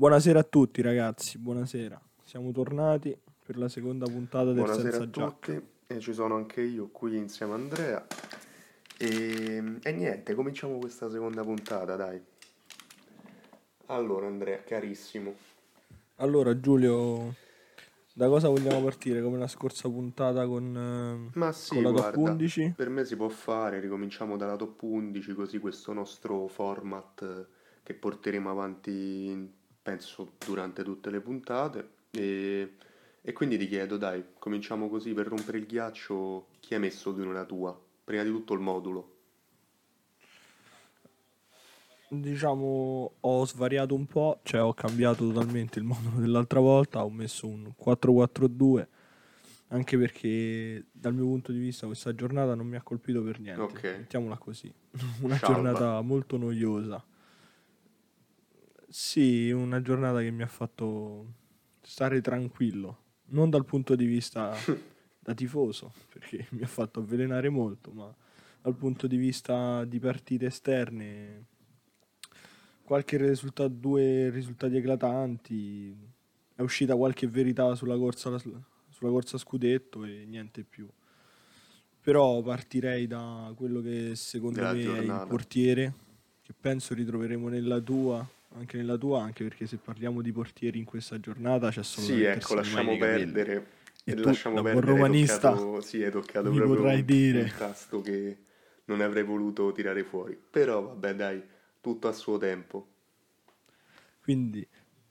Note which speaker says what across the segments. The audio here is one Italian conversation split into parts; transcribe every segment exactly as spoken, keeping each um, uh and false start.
Speaker 1: Buonasera a tutti ragazzi, buonasera. Siamo tornati per la seconda puntata del
Speaker 2: Buonasera a
Speaker 1: Senza Giacca.
Speaker 2: tutti, e ci sono anche io qui insieme a Andrea. E, e niente, cominciamo questa seconda puntata, dai. Allora, Andrea, carissimo.
Speaker 1: Allora Giulio, da cosa vogliamo partire? Come la scorsa puntata con,
Speaker 2: Ma
Speaker 1: eh, con
Speaker 2: sì,
Speaker 1: la top
Speaker 2: guarda,
Speaker 1: undici?
Speaker 2: per me si può fare, ricominciamo dalla top undici, così questo nostro format eh, che porteremo avanti, penso, durante tutte le puntate. E, e quindi ti chiedo, dai, cominciamo così per rompere il ghiaccio, chi hai messo tu nella tua? Prima di tutto il modulo.
Speaker 1: Diciamo ho svariato un po', cioè ho cambiato totalmente il modulo dell'altra volta, ho messo un quattro quattro due, anche perché dal mio punto di vista questa giornata non mi ha colpito per niente,
Speaker 2: Ok,
Speaker 1: mettiamola così. Una
Speaker 2: scialba.
Speaker 1: giornata molto noiosa. Sì, una giornata che mi ha fatto stare tranquillo, non dal punto di vista da tifoso, perché mi ha fatto avvelenare molto, ma dal punto di vista di partite esterne, qualche risultato, due risultati eclatanti, è uscita qualche verità sulla corsa, alla- sulla corsa a scudetto e niente più. Però partirei da quello che secondo
Speaker 2: Della
Speaker 1: me è il
Speaker 2: giornata.
Speaker 1: portiere, che penso ritroveremo nella tua, anche nella tua, anche perché se parliamo di portieri in questa giornata c'è solo da
Speaker 2: Sì, ecco,
Speaker 1: mettersi le mani
Speaker 2: lasciamo
Speaker 1: nei capelli.
Speaker 2: perdere.
Speaker 1: E tu,
Speaker 2: Lasciamo
Speaker 1: da buon
Speaker 2: perdere, hai
Speaker 1: romanista,
Speaker 2: toccato, sì, hai toccato
Speaker 1: mi
Speaker 2: proprio
Speaker 1: potrai
Speaker 2: un,
Speaker 1: dire.
Speaker 2: un tasto che non avrei voluto tirare fuori. Però vabbè, dai, tutto a suo tempo.
Speaker 1: Quindi,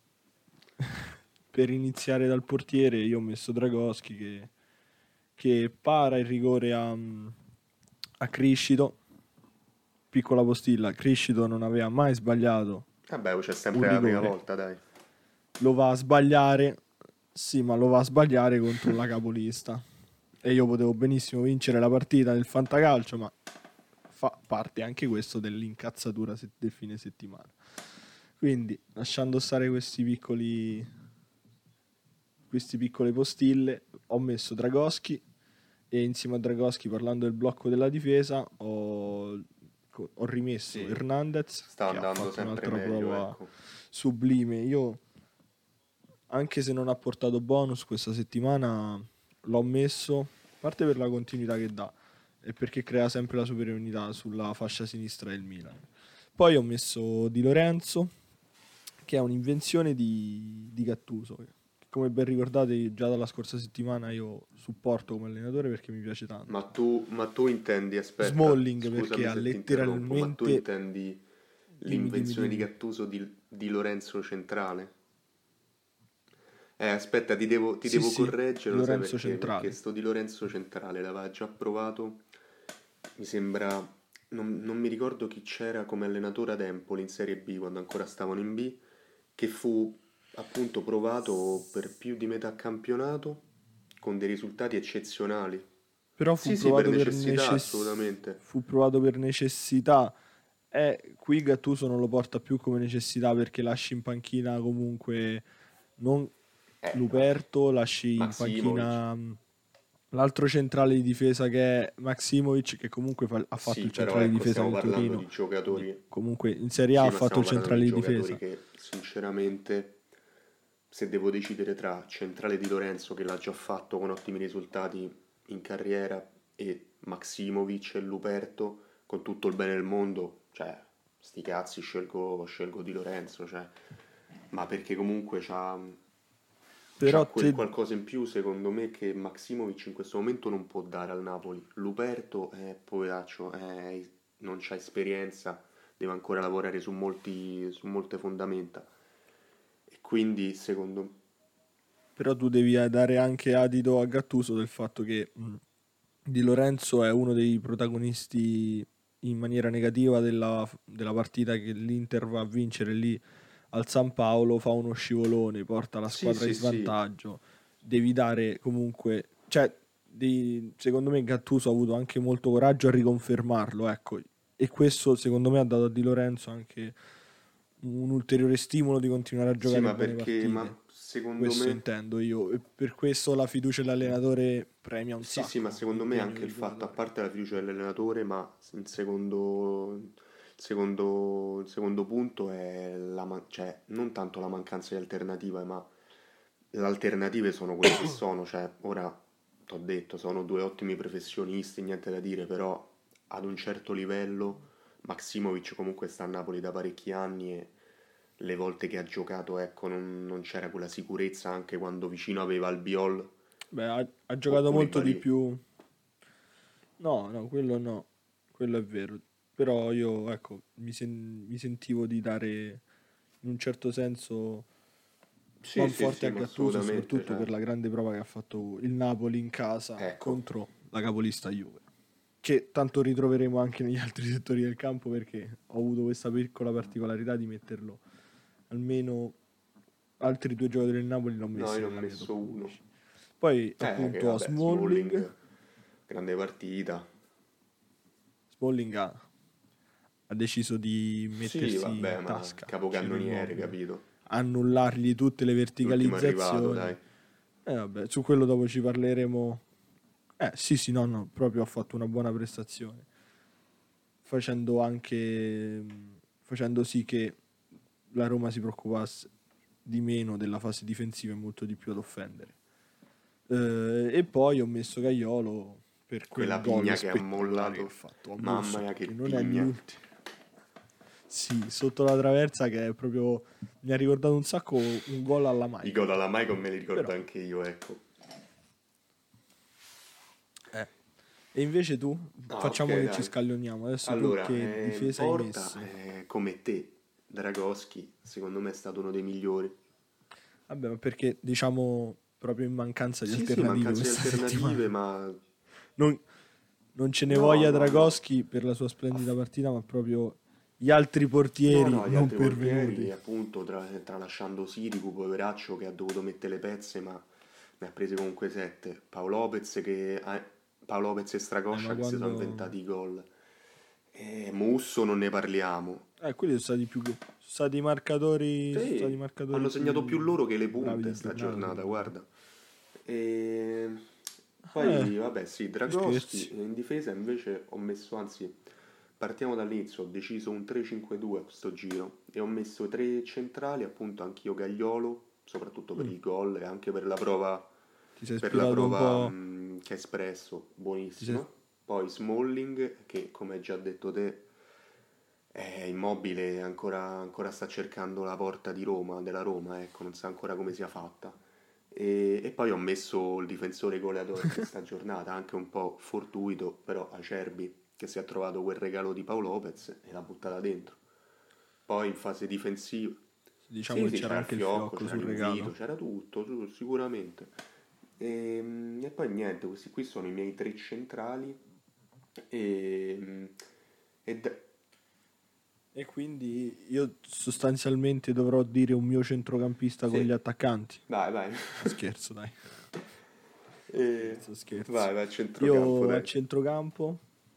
Speaker 1: per iniziare dal portiere, io ho messo Dragoschi che, che para il rigore a, a Criscito. Piccola postilla, Criscito non aveva mai sbagliato
Speaker 2: Vabbè, c'è
Speaker 1: un
Speaker 2: sempre la prima
Speaker 1: rigore.
Speaker 2: volta, dai.
Speaker 1: Lo va a sbagliare, sì, ma lo va a sbagliare contro la capolista. E io potevo benissimo vincere la partita del fantacalcio, ma fa parte anche questo dell'incazzatura se- del fine settimana. Quindi, lasciando stare questi piccoli, queste piccole postille, ho messo Dragoschi e insieme a Dragoschi, parlando del blocco della difesa, ho, ho rimesso
Speaker 2: Sì,
Speaker 1: Hernandez
Speaker 2: sta
Speaker 1: che ha
Speaker 2: andando
Speaker 1: fatto
Speaker 2: sempre
Speaker 1: un'altra
Speaker 2: meglio,
Speaker 1: prova
Speaker 2: ecco.
Speaker 1: sublime. Io, anche se non ha portato bonus questa settimana, l'ho messo, a parte per la continuità che dà e perché crea sempre la superiorità sulla fascia sinistra del Milan. Poi ho messo Di Lorenzo, che è un'invenzione di, di Gattuso, che come ben ricordate già dalla scorsa settimana io supporto come allenatore perché mi piace
Speaker 2: Ma
Speaker 1: tanto.
Speaker 2: tu, ma tu intendi, aspetta,
Speaker 1: Smalling perché
Speaker 2: scusami
Speaker 1: ha
Speaker 2: se ti interrompo, ma tu
Speaker 1: letteralmente...
Speaker 2: intendi
Speaker 1: Dimmi, dimmi,
Speaker 2: l'invenzione di
Speaker 1: dimmi.
Speaker 2: Gattuso di, di Lorenzo Centrale? Eh, aspetta, ti devo, ti
Speaker 1: Sì,
Speaker 2: devo
Speaker 1: sì,
Speaker 2: correggere,
Speaker 1: di
Speaker 2: lo sai
Speaker 1: Lorenzo
Speaker 2: perché? Perché
Speaker 1: Centrale.
Speaker 2: sto di Lorenzo Centrale l'aveva già provato, mi sembra, non, non mi ricordo chi c'era come allenatore ad Empoli in Serie B quando ancora stavano in B, che fu appunto provato per più di metà campionato con dei risultati eccezionali.
Speaker 1: Però fu
Speaker 2: Sì, sì, per
Speaker 1: provato per,
Speaker 2: necessità,
Speaker 1: necess-
Speaker 2: assolutamente.
Speaker 1: fu provato per necessità. E qui Gattuso non lo porta più come necessità perché lasci in panchina comunque non
Speaker 2: Eh, ma
Speaker 1: Luperto, lasci in
Speaker 2: Maximovic.
Speaker 1: panchina mh, l'altro centrale di difesa che è Maximovic, che comunque fa- ha fatto
Speaker 2: Sì,
Speaker 1: il
Speaker 2: però
Speaker 1: centrale di
Speaker 2: ecco,
Speaker 1: difesa
Speaker 2: stiamo
Speaker 1: nel
Speaker 2: parlando
Speaker 1: Torino.
Speaker 2: di
Speaker 1: Quindi
Speaker 2: giocatori.
Speaker 1: comunque in Serie A
Speaker 2: Sì,
Speaker 1: ha
Speaker 2: ma
Speaker 1: fatto
Speaker 2: stiamo
Speaker 1: il
Speaker 2: parlando di
Speaker 1: centrale di
Speaker 2: giocatori
Speaker 1: difesa.
Speaker 2: che sinceramente, se devo decidere tra centrale di Lorenzo che l'ha già fatto con ottimi risultati in carriera e Maximovic e Luperto, con tutto il bene del mondo, cioè, sti cazzi, scelgo, scelgo di Lorenzo, cioè, ma perché comunque c'ha, c'ha
Speaker 1: Però
Speaker 2: quel
Speaker 1: te
Speaker 2: qualcosa in più, secondo me, che Maximovic in questo momento non può dare al Napoli. Luperto, eh, poveraccio, eh, non c'ha esperienza, deve ancora lavorare su molti, su molte fondamenta. E quindi, secondo me,
Speaker 1: Però tu devi dare anche adito a Gattuso del fatto che mh, Di Lorenzo è uno dei protagonisti in maniera negativa della, della partita che l'Inter va a vincere lì al San Paolo, fa uno scivolone, porta la
Speaker 2: sì,
Speaker 1: squadra in
Speaker 2: sì, sì,
Speaker 1: svantaggio. Devi dare comunque, cioè, di- secondo me Gattuso ha avuto anche molto coraggio a riconfermarlo, ecco. E questo secondo me ha dato a Di Lorenzo anche un ulteriore stimolo di continuare a
Speaker 2: sì,
Speaker 1: giocare
Speaker 2: ma
Speaker 1: buone
Speaker 2: perché,
Speaker 1: partite.
Speaker 2: ma secondo
Speaker 1: Questo
Speaker 2: me,
Speaker 1: intendo io. E per questo la fiducia dell'allenatore premia un
Speaker 2: sì, sì, ma
Speaker 1: sacco
Speaker 2: secondo me
Speaker 1: l'impegno
Speaker 2: anche il
Speaker 1: del
Speaker 2: fatto, a
Speaker 1: giocatore.
Speaker 2: parte la fiducia dell'allenatore, ma in secondo, in secondo, il secondo punto è la man- cioè, non tanto la mancanza di alternativa, ma le alternative sono quelle che sono. Cioè, ora t'ho detto, sono due ottimi professionisti, niente da dire, però ad un certo livello Maximovic comunque sta a Napoli da parecchi anni e le volte che ha giocato, ecco, non, non c'era quella sicurezza anche quando vicino aveva Albiol
Speaker 1: Beh, ha, ha
Speaker 2: o
Speaker 1: giocato molto di
Speaker 2: Koulibaly.
Speaker 1: più. No, no, quello no, quello è vero. Però io, ecco, mi, sen- mi sentivo di dare in un certo senso
Speaker 2: Sì, sì,
Speaker 1: manforte
Speaker 2: sì,
Speaker 1: a
Speaker 2: ma
Speaker 1: Gattuso,
Speaker 2: assolutamente,
Speaker 1: soprattutto
Speaker 2: cioè,
Speaker 1: per la grande prova che ha fatto il Napoli in casa
Speaker 2: ecco,
Speaker 1: contro la capolista Juve. Che tanto ritroveremo anche negli altri settori del campo perché ho avuto questa piccola particolarità di metterlo almeno altri due giocatori del Napoli l'ho
Speaker 2: no,
Speaker 1: messi
Speaker 2: io ne ho
Speaker 1: nella mia top
Speaker 2: messo uno.
Speaker 1: undici. Poi
Speaker 2: Eh, che
Speaker 1: appunto ho
Speaker 2: vabbè,
Speaker 1: Smalling.
Speaker 2: Smalling, grande partita.
Speaker 1: Smalling ha, ha deciso di
Speaker 2: Sì,
Speaker 1: mettersi
Speaker 2: vabbè,
Speaker 1: in
Speaker 2: ma
Speaker 1: tasca Ciro
Speaker 2: capocannoniere,
Speaker 1: Immobile,
Speaker 2: capito?
Speaker 1: annullargli tutte le
Speaker 2: L'ultimo arrivato,
Speaker 1: verticalizzazioni.
Speaker 2: dai.
Speaker 1: E vabbè, su quello dopo ci parleremo. Eh sì, sì, no, no, proprio ha fatto una buona prestazione, facendo anche facendo sì che la Roma si preoccupasse di meno della fase difensiva e molto di più ad offendere. Eh, e poi ho messo Gaiolo per
Speaker 2: Quella
Speaker 1: quel gol
Speaker 2: pigna che ha
Speaker 1: spettacolare che ha
Speaker 2: mollato.
Speaker 1: fatto a
Speaker 2: Mamma
Speaker 1: Musso,
Speaker 2: mia, che
Speaker 1: che non è
Speaker 2: pigna.
Speaker 1: l'ultimo. Sì, sotto la traversa che è proprio mi ha ricordato un sacco un gol alla
Speaker 2: I
Speaker 1: Maicon.
Speaker 2: gol alla Maicon me li ricordo
Speaker 1: Però
Speaker 2: anche io, ecco.
Speaker 1: eh. E invece tu
Speaker 2: Ah,
Speaker 1: facciamo
Speaker 2: ok,
Speaker 1: che ci
Speaker 2: dai.
Speaker 1: scallioniamo. Adesso tu
Speaker 2: Allora,
Speaker 1: che
Speaker 2: eh, in
Speaker 1: difesa hai
Speaker 2: porta,
Speaker 1: messo?
Speaker 2: eh, come te, Dragoschi, secondo me è stato uno dei migliori.
Speaker 1: Vabbè, ma perché diciamo proprio in mancanza di
Speaker 2: Sì, sì,
Speaker 1: alternative
Speaker 2: mancanza di
Speaker 1: questa
Speaker 2: alternative,
Speaker 1: settimana.
Speaker 2: ma
Speaker 1: Non, non ce ne
Speaker 2: no,
Speaker 1: voglia
Speaker 2: no, no.
Speaker 1: Dragoschi per la sua
Speaker 2: Ha
Speaker 1: splendida
Speaker 2: f-
Speaker 1: partita, ma proprio gli altri
Speaker 2: No,
Speaker 1: portieri
Speaker 2: no, gli
Speaker 1: non
Speaker 2: altri portieri,
Speaker 1: pervenuti.
Speaker 2: appunto, tra- tralasciando Sirigu, poveraccio, che ha dovuto mettere le pezze, ma ne ha prese comunque sette. Paolo Lopez, che ha- Paolo Lopez e
Speaker 1: Eh, ma
Speaker 2: Stracoscia che si sono
Speaker 1: quando...
Speaker 2: inventati i gol. E Musso non ne parliamo.
Speaker 1: Eh, quelli sono stati più... Sono stati i marcatori... Sono stati i
Speaker 2: Sì,
Speaker 1: marcatori
Speaker 2: hanno segnato più
Speaker 1: più
Speaker 2: loro che le
Speaker 1: bravi
Speaker 2: punte
Speaker 1: di
Speaker 2: sta
Speaker 1: giornata,
Speaker 2: giornata,
Speaker 1: secondo me.
Speaker 2: guarda. E
Speaker 1: Eh,
Speaker 2: poi, vabbè, sì,
Speaker 1: che
Speaker 2: Dragoschi
Speaker 1: scherzi.
Speaker 2: in difesa invece ho messo, anzi, partiamo dall'inizio, ho deciso un tre cinque due a questo giro e ho messo tre centrali, appunto anch'io Gagliolo, soprattutto per
Speaker 1: Mm,
Speaker 2: il gol e anche per la prova,
Speaker 1: ti sei
Speaker 2: per la
Speaker 1: ispirato un
Speaker 2: prova
Speaker 1: po'...
Speaker 2: mh, che ha espresso,
Speaker 1: Ti sei...
Speaker 2: buonissima. Poi Smalling, che come hai già detto te è Immobile, ancora, ancora sta cercando la porta di Roma, della Roma, ecco, non sa ancora come sia fatta. E, e poi ho messo il difensore goleador di sta giornata, anche un po' fortuito, però Acerbi, che si è trovato quel regalo di Paolo Lopez e l'ha buttata dentro. Poi in fase difensiva,
Speaker 1: Diciamo
Speaker 2: sì,
Speaker 1: che
Speaker 2: sì,
Speaker 1: c'era
Speaker 2: c'era il
Speaker 1: anche il
Speaker 2: fiocco,
Speaker 1: fiocco
Speaker 2: c'era
Speaker 1: sul
Speaker 2: l'invito,
Speaker 1: regalo.
Speaker 2: c'era tutto, tu- sicuramente. E, e poi niente, questi qui sono i miei tre centrali. E, e da-
Speaker 1: E quindi io sostanzialmente dovrò dire un mio centrocampista con gli
Speaker 2: sì,
Speaker 1: attaccanti.
Speaker 2: vai, vai.
Speaker 1: No, scherzo, dai.
Speaker 2: E,
Speaker 1: Scherzo, scherzo.
Speaker 2: vai, vai a centrocampo,
Speaker 1: Io a
Speaker 2: dai.
Speaker 1: centrocampo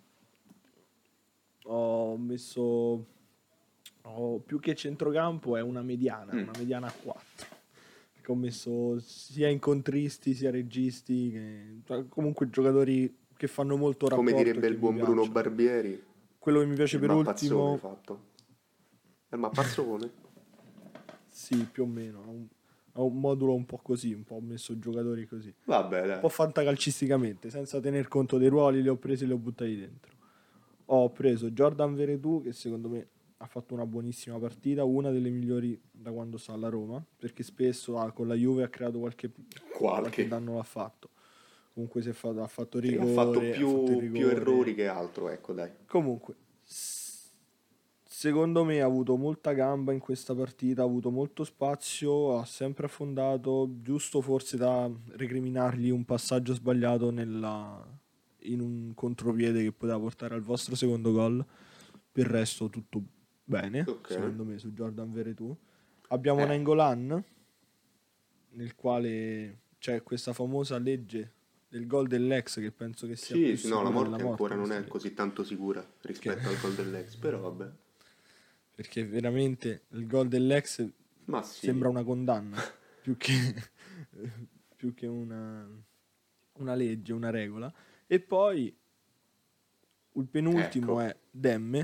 Speaker 1: ho messo... ho- più che centrocampo è una mediana,
Speaker 2: Mm.
Speaker 1: una mediana a quattro. Perché ho messo sia incontristi sia registi, che- cioè, comunque giocatori che fanno molto
Speaker 2: Come
Speaker 1: rapporto e
Speaker 2: direbbe
Speaker 1: che
Speaker 2: il
Speaker 1: mi
Speaker 2: buon Bruno
Speaker 1: piacciono.
Speaker 2: Barbieri,
Speaker 1: Quello che mi piace
Speaker 2: il
Speaker 1: per
Speaker 2: mappazzone hai
Speaker 1: ultimo,
Speaker 2: fatto. È il mappazzone?
Speaker 1: sì, più o meno, ha un, ha un modulo un po' così, un po' ho messo giocatori così.
Speaker 2: Vabbè,
Speaker 1: Un
Speaker 2: dai.
Speaker 1: po' fantacalcisticamente, senza tener conto dei ruoli, li ho presi e li ho buttati dentro. Ho preso Jordan Veretout, che secondo me ha fatto una buonissima partita, una delle migliori da quando sta alla Roma, perché spesso ah, con la Juve ha creato qualche, qualche
Speaker 2: Qualche.
Speaker 1: danno l'ha fatto. Comunque si è fatto, ha fatto
Speaker 2: Sì, ha fatto
Speaker 1: rigore, ha fatto il
Speaker 2: più, più errori
Speaker 1: rigore.
Speaker 2: che altro, ecco, dai.
Speaker 1: Comunque, s- secondo me ha avuto molta gamba in questa partita, ha avuto molto spazio, ha sempre affondato, giusto forse da recriminargli un passaggio sbagliato nella- in un contropiede che poteva portare al vostro secondo gol. Per il resto tutto bene,
Speaker 2: Ok.
Speaker 1: secondo me, su Jordan Veretout. Abbiamo
Speaker 2: Eh,
Speaker 1: Nainggolan, nel quale c'è questa famosa legge del gol dell'ex che penso che sia
Speaker 2: sì,
Speaker 1: più
Speaker 2: sì, no, la
Speaker 1: sicura della
Speaker 2: morte ancora
Speaker 1: morte
Speaker 2: non
Speaker 1: questa
Speaker 2: è
Speaker 1: legge.
Speaker 2: così tanto sicura
Speaker 1: Perché,
Speaker 2: rispetto al gol dell'ex, però vabbè.
Speaker 1: perché veramente il gol dell'ex
Speaker 2: Ma
Speaker 1: sembra
Speaker 2: sì.
Speaker 1: una condanna più che, più che una, una legge, una regola. E poi il penultimo
Speaker 2: Ecco.
Speaker 1: è Demme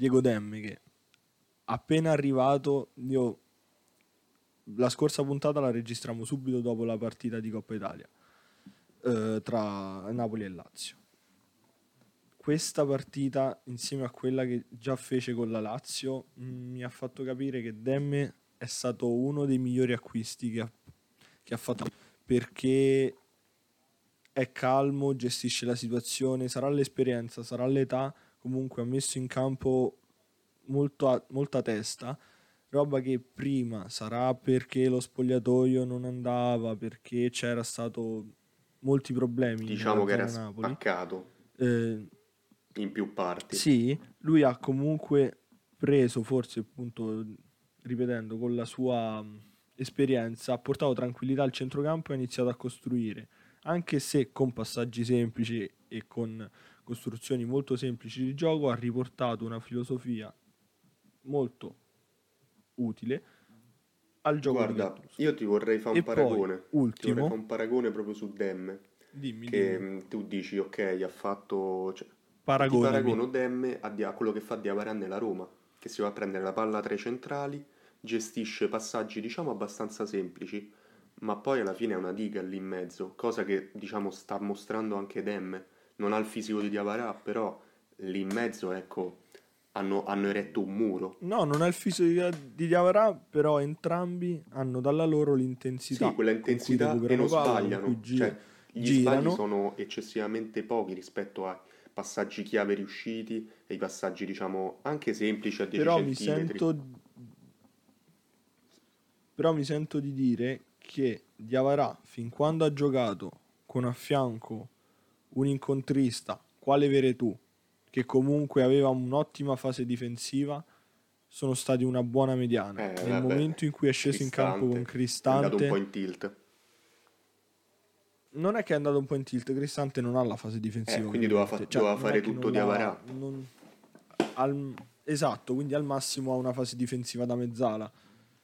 Speaker 1: Diego Demme, che appena arrivato, io la scorsa puntata la registriamo subito dopo la partita di Coppa Italia eh, tra Napoli e Lazio. Questa partita, insieme a quella che già fece con la Lazio, mh, mi ha fatto capire che Demme è stato uno dei migliori acquisti che ha, che ha fatto, perché è calmo, gestisce la situazione, sarà l'esperienza, sarà l'età, comunque ha messo in campo molto a, molta testa, roba che prima sarà perché lo spogliatoio non andava, perché c'era stato molti problemi
Speaker 2: Diciamo
Speaker 1: nella
Speaker 2: che era
Speaker 1: zona Napoli.
Speaker 2: spaccato
Speaker 1: Eh,
Speaker 2: in più parti.
Speaker 1: sì, lui ha comunque preso, forse appunto, ripetendo, con la sua mh, esperienza, ha portato tranquillità al centrocampo e ha iniziato a costruire, anche se con passaggi semplici e con costruzioni molto semplici di gioco, ha riportato una filosofia molto utile al gioco di
Speaker 2: Guarda,
Speaker 1: Gattuso.
Speaker 2: io ti vorrei fare un
Speaker 1: E poi,
Speaker 2: paragone, ti vorrei fare
Speaker 1: ultimo,
Speaker 2: un paragone proprio su Demme,
Speaker 1: dimmi,
Speaker 2: che
Speaker 1: dimmi,
Speaker 2: mh, tu dici, ok, ha fatto... cioè, e ti
Speaker 1: paragonami.
Speaker 2: paragono Demme a, Dia- a quello che fa Diavara nella Roma, che si va a prendere la palla tra i centrali, gestisce passaggi, diciamo, abbastanza semplici, ma poi alla fine è una diga lì in mezzo, cosa che, diciamo, sta mostrando anche Demme. Non ha il fisico di Diavara, però lì in mezzo, ecco, hanno, hanno eretto un muro.
Speaker 1: No, non è il fisico di di Diawara, però entrambi hanno dalla loro
Speaker 2: Sì,
Speaker 1: l'intensità
Speaker 2: quella
Speaker 1: con cui
Speaker 2: intensità e
Speaker 1: recuperano
Speaker 2: non
Speaker 1: palla, con cui
Speaker 2: sbagliano,
Speaker 1: gi-
Speaker 2: cioè gli sbagli
Speaker 1: girano,
Speaker 2: sono eccessivamente pochi rispetto ai passaggi chiave riusciti e i passaggi, diciamo, anche semplici a dieci
Speaker 1: però mi
Speaker 2: centimetri.
Speaker 1: sento, però mi sento di dire che Diawara, fin quando ha giocato con a fianco un incontrista, quale Veretù, che comunque aveva un'ottima fase difensiva, sono stati una buona mediana.
Speaker 2: Eh,
Speaker 1: Nel
Speaker 2: vabbè,
Speaker 1: momento in cui è sceso in campo con
Speaker 2: Cristante è andato un po'
Speaker 1: Cristante,
Speaker 2: in tilt.
Speaker 1: non è che è andato un po' in tilt, Cristante non ha la fase
Speaker 2: Eh,
Speaker 1: difensiva
Speaker 2: quindi doveva, fa-
Speaker 1: ovviamente, cioè
Speaker 2: doveva
Speaker 1: non è
Speaker 2: fare
Speaker 1: che
Speaker 2: tutto
Speaker 1: non
Speaker 2: di
Speaker 1: l'ha...
Speaker 2: Avarà.
Speaker 1: non- al- esatto, quindi al massimo ha una fase difensiva da mezzala.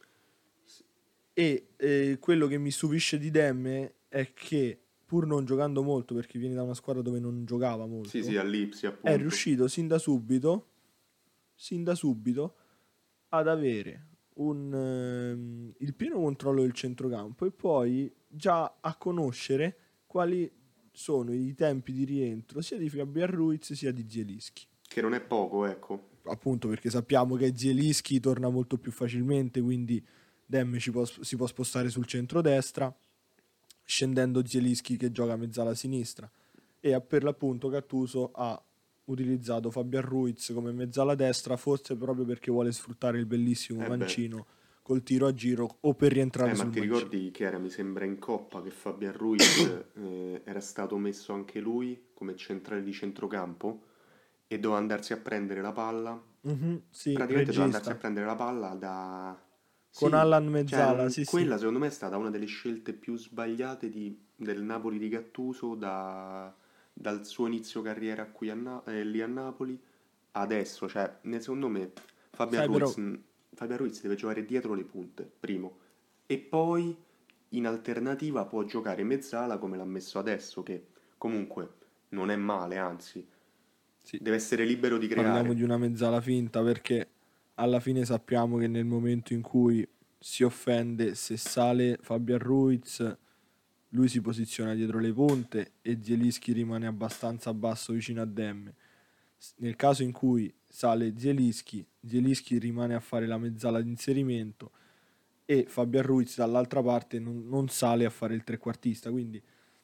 Speaker 1: E eh, quello che mi stupisce di Demme è che, pur non giocando molto, perché viene da una squadra dove non giocava
Speaker 2: Sì, sì,
Speaker 1: molto,
Speaker 2: all'Ipsi
Speaker 1: è
Speaker 2: appunto.
Speaker 1: riuscito sin da subito, sin da subito ad avere un, ehm, il pieno controllo del centrocampo e poi già a conoscere quali sono i tempi di rientro sia di Fabian Ruiz sia di Zielinski.
Speaker 2: Che non è poco, ecco.
Speaker 1: Appunto perché sappiamo che Zielinski torna molto più facilmente, quindi Dem ci può- si può spostare sul centro-destra, scendendo Zielinski che gioca a mezzala sinistra. E per l'appunto Gattuso ha utilizzato Fabian Ruiz come mezzala destra, forse proprio perché vuole sfruttare il bellissimo
Speaker 2: Eh beh.
Speaker 1: mancino col tiro a giro o per rientrare
Speaker 2: Eh, ma
Speaker 1: sul
Speaker 2: ti
Speaker 1: mancino.
Speaker 2: ricordi che era, mi sembra, in Coppa che Fabian Ruiz eh, era stato messo anche lui come centrale di centrocampo e doveva andarsi a prendere la palla.
Speaker 1: Mhm, sì,
Speaker 2: Praticamente doveva andarsi a
Speaker 1: regista.
Speaker 2: prendere la palla da...
Speaker 1: Con
Speaker 2: Sì,
Speaker 1: Alan
Speaker 2: cioè
Speaker 1: Mezzala,
Speaker 2: non-
Speaker 1: sì sì.
Speaker 2: quella secondo me è stata una delle scelte più sbagliate di- del Napoli di Gattuso da- dal suo inizio carriera qui a Na- eh, lì a Napoli adesso. Cioè, ne- secondo me Fabian
Speaker 1: Sai però,
Speaker 2: Ruiz, Fabian Ruiz deve giocare dietro le punte, primo. E poi in alternativa può giocare mezzala come l'ha messo adesso, che comunque non è male, anzi,
Speaker 1: sì,
Speaker 2: deve essere libero di
Speaker 1: parliamo
Speaker 2: creare.
Speaker 1: di una mezzala finta perché alla fine sappiamo che nel momento in cui si offende, se sale Fabian Ruiz, lui si posiziona dietro le punte e Zielinski rimane abbastanza basso vicino a Demme. S- Nel caso in cui sale Zielinski, Zielinski rimane a fare la mezzala di inserimento e Fabian Ruiz dall'altra parte non, non sale a fare il trequartista. Quindi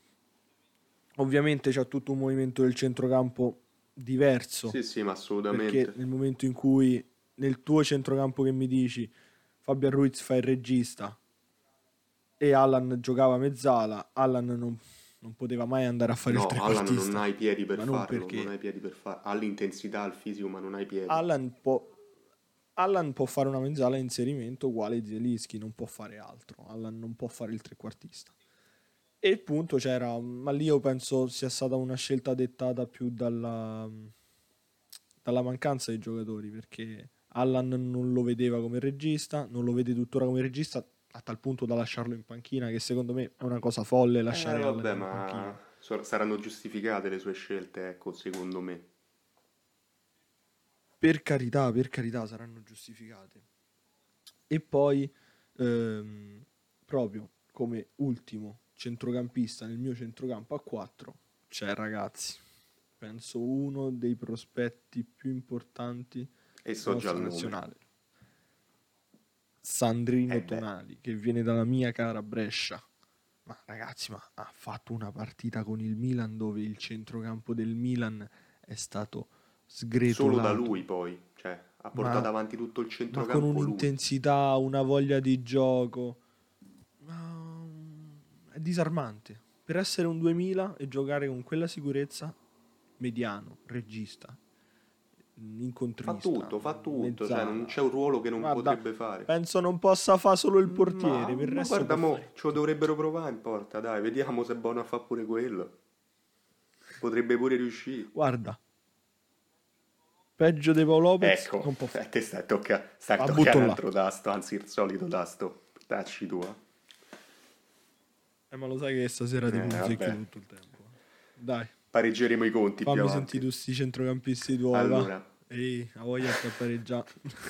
Speaker 1: ovviamente c'è tutto un movimento del centrocampo diverso,
Speaker 2: Sì, sì, ma
Speaker 1: perché
Speaker 2: assolutamente.
Speaker 1: nel momento in cui nel tuo centrocampo che mi dici Fabian Ruiz fa il regista e Alan giocava mezzala, Alan non, non poteva mai andare a fare il
Speaker 2: No, Allan non
Speaker 1: trequartista,
Speaker 2: ha i piedi per
Speaker 1: ma non
Speaker 2: farlo, non ha
Speaker 1: perché
Speaker 2: i piedi per farlo. Ha l'intensità, il fisico, ma non ha i piedi.
Speaker 1: Alan può, Alan può fare una mezzala in inserimento uguale Zielinski, non può fare altro, Alan non può fare il trequartista. E il punto c'era, ma lì io penso sia stata una scelta dettata più dalla, dalla mancanza dei giocatori, perché Allan non lo vedeva come regista, non lo vede tuttora come regista, a tal punto da lasciarlo in panchina, che secondo me è una cosa folle
Speaker 2: Eh,
Speaker 1: lasciare Allan
Speaker 2: vabbè,
Speaker 1: in
Speaker 2: ma
Speaker 1: panchina.
Speaker 2: so- saranno giustificate le sue scelte, ecco, secondo me.
Speaker 1: per carità, per carità, saranno giustificate. E poi, ehm, proprio come ultimo centrocampista nel mio centrocampo a quattro, c'è, ragazzi, penso uno dei prospetti più importanti
Speaker 2: E
Speaker 1: della
Speaker 2: so già
Speaker 1: nostra
Speaker 2: il nome.
Speaker 1: nazionale, Sandrino
Speaker 2: Eh beh.
Speaker 1: Tonali, che viene dalla mia cara Brescia. Ma ragazzi, ma ha fatto una partita con il Milan dove il centrocampo del Milan è stato sgretolato.
Speaker 2: Solo da lui poi, cioè, ha portato
Speaker 1: Ma,
Speaker 2: avanti tutto il
Speaker 1: ma con
Speaker 2: centrocampo lui.
Speaker 1: un'intensità, una voglia di gioco. Ma, è disarmante. Per essere un duemila e giocare con quella sicurezza, mediano, regista, incontrista,
Speaker 2: Fa tutto, fa tutto, cioè non
Speaker 1: mezzala.
Speaker 2: c'è un ruolo che non
Speaker 1: Guarda,
Speaker 2: potrebbe fare.
Speaker 1: penso non possa fare solo il portiere,
Speaker 2: Ma,
Speaker 1: per il
Speaker 2: ma
Speaker 1: resto
Speaker 2: guarda
Speaker 1: può
Speaker 2: mo,
Speaker 1: fare
Speaker 2: ce lo dovrebbero provare in porta, dai, vediamo se è buono a fare pure quello. Potrebbe pure riuscire.
Speaker 1: Guarda, peggio di Paolo Lopez
Speaker 2: Ecco,
Speaker 1: non può
Speaker 2: a
Speaker 1: fare.
Speaker 2: te stai a tocca, stai a
Speaker 1: La
Speaker 2: toccare
Speaker 1: butto
Speaker 2: un
Speaker 1: là.
Speaker 2: altro tasto, anzi il solito tasto. Tacci tua.
Speaker 1: Eh, ma lo sai che stasera ti
Speaker 2: Eh,
Speaker 1: punzecchio
Speaker 2: vabbè.
Speaker 1: tutto il tempo. Dai,
Speaker 2: Pareggeremo i conti più
Speaker 1: fammi
Speaker 2: avanti.
Speaker 1: sentire tutti i centrocampisti tuoi, va.
Speaker 2: Allora,
Speaker 1: Ehi, ha voglia di pareggiare.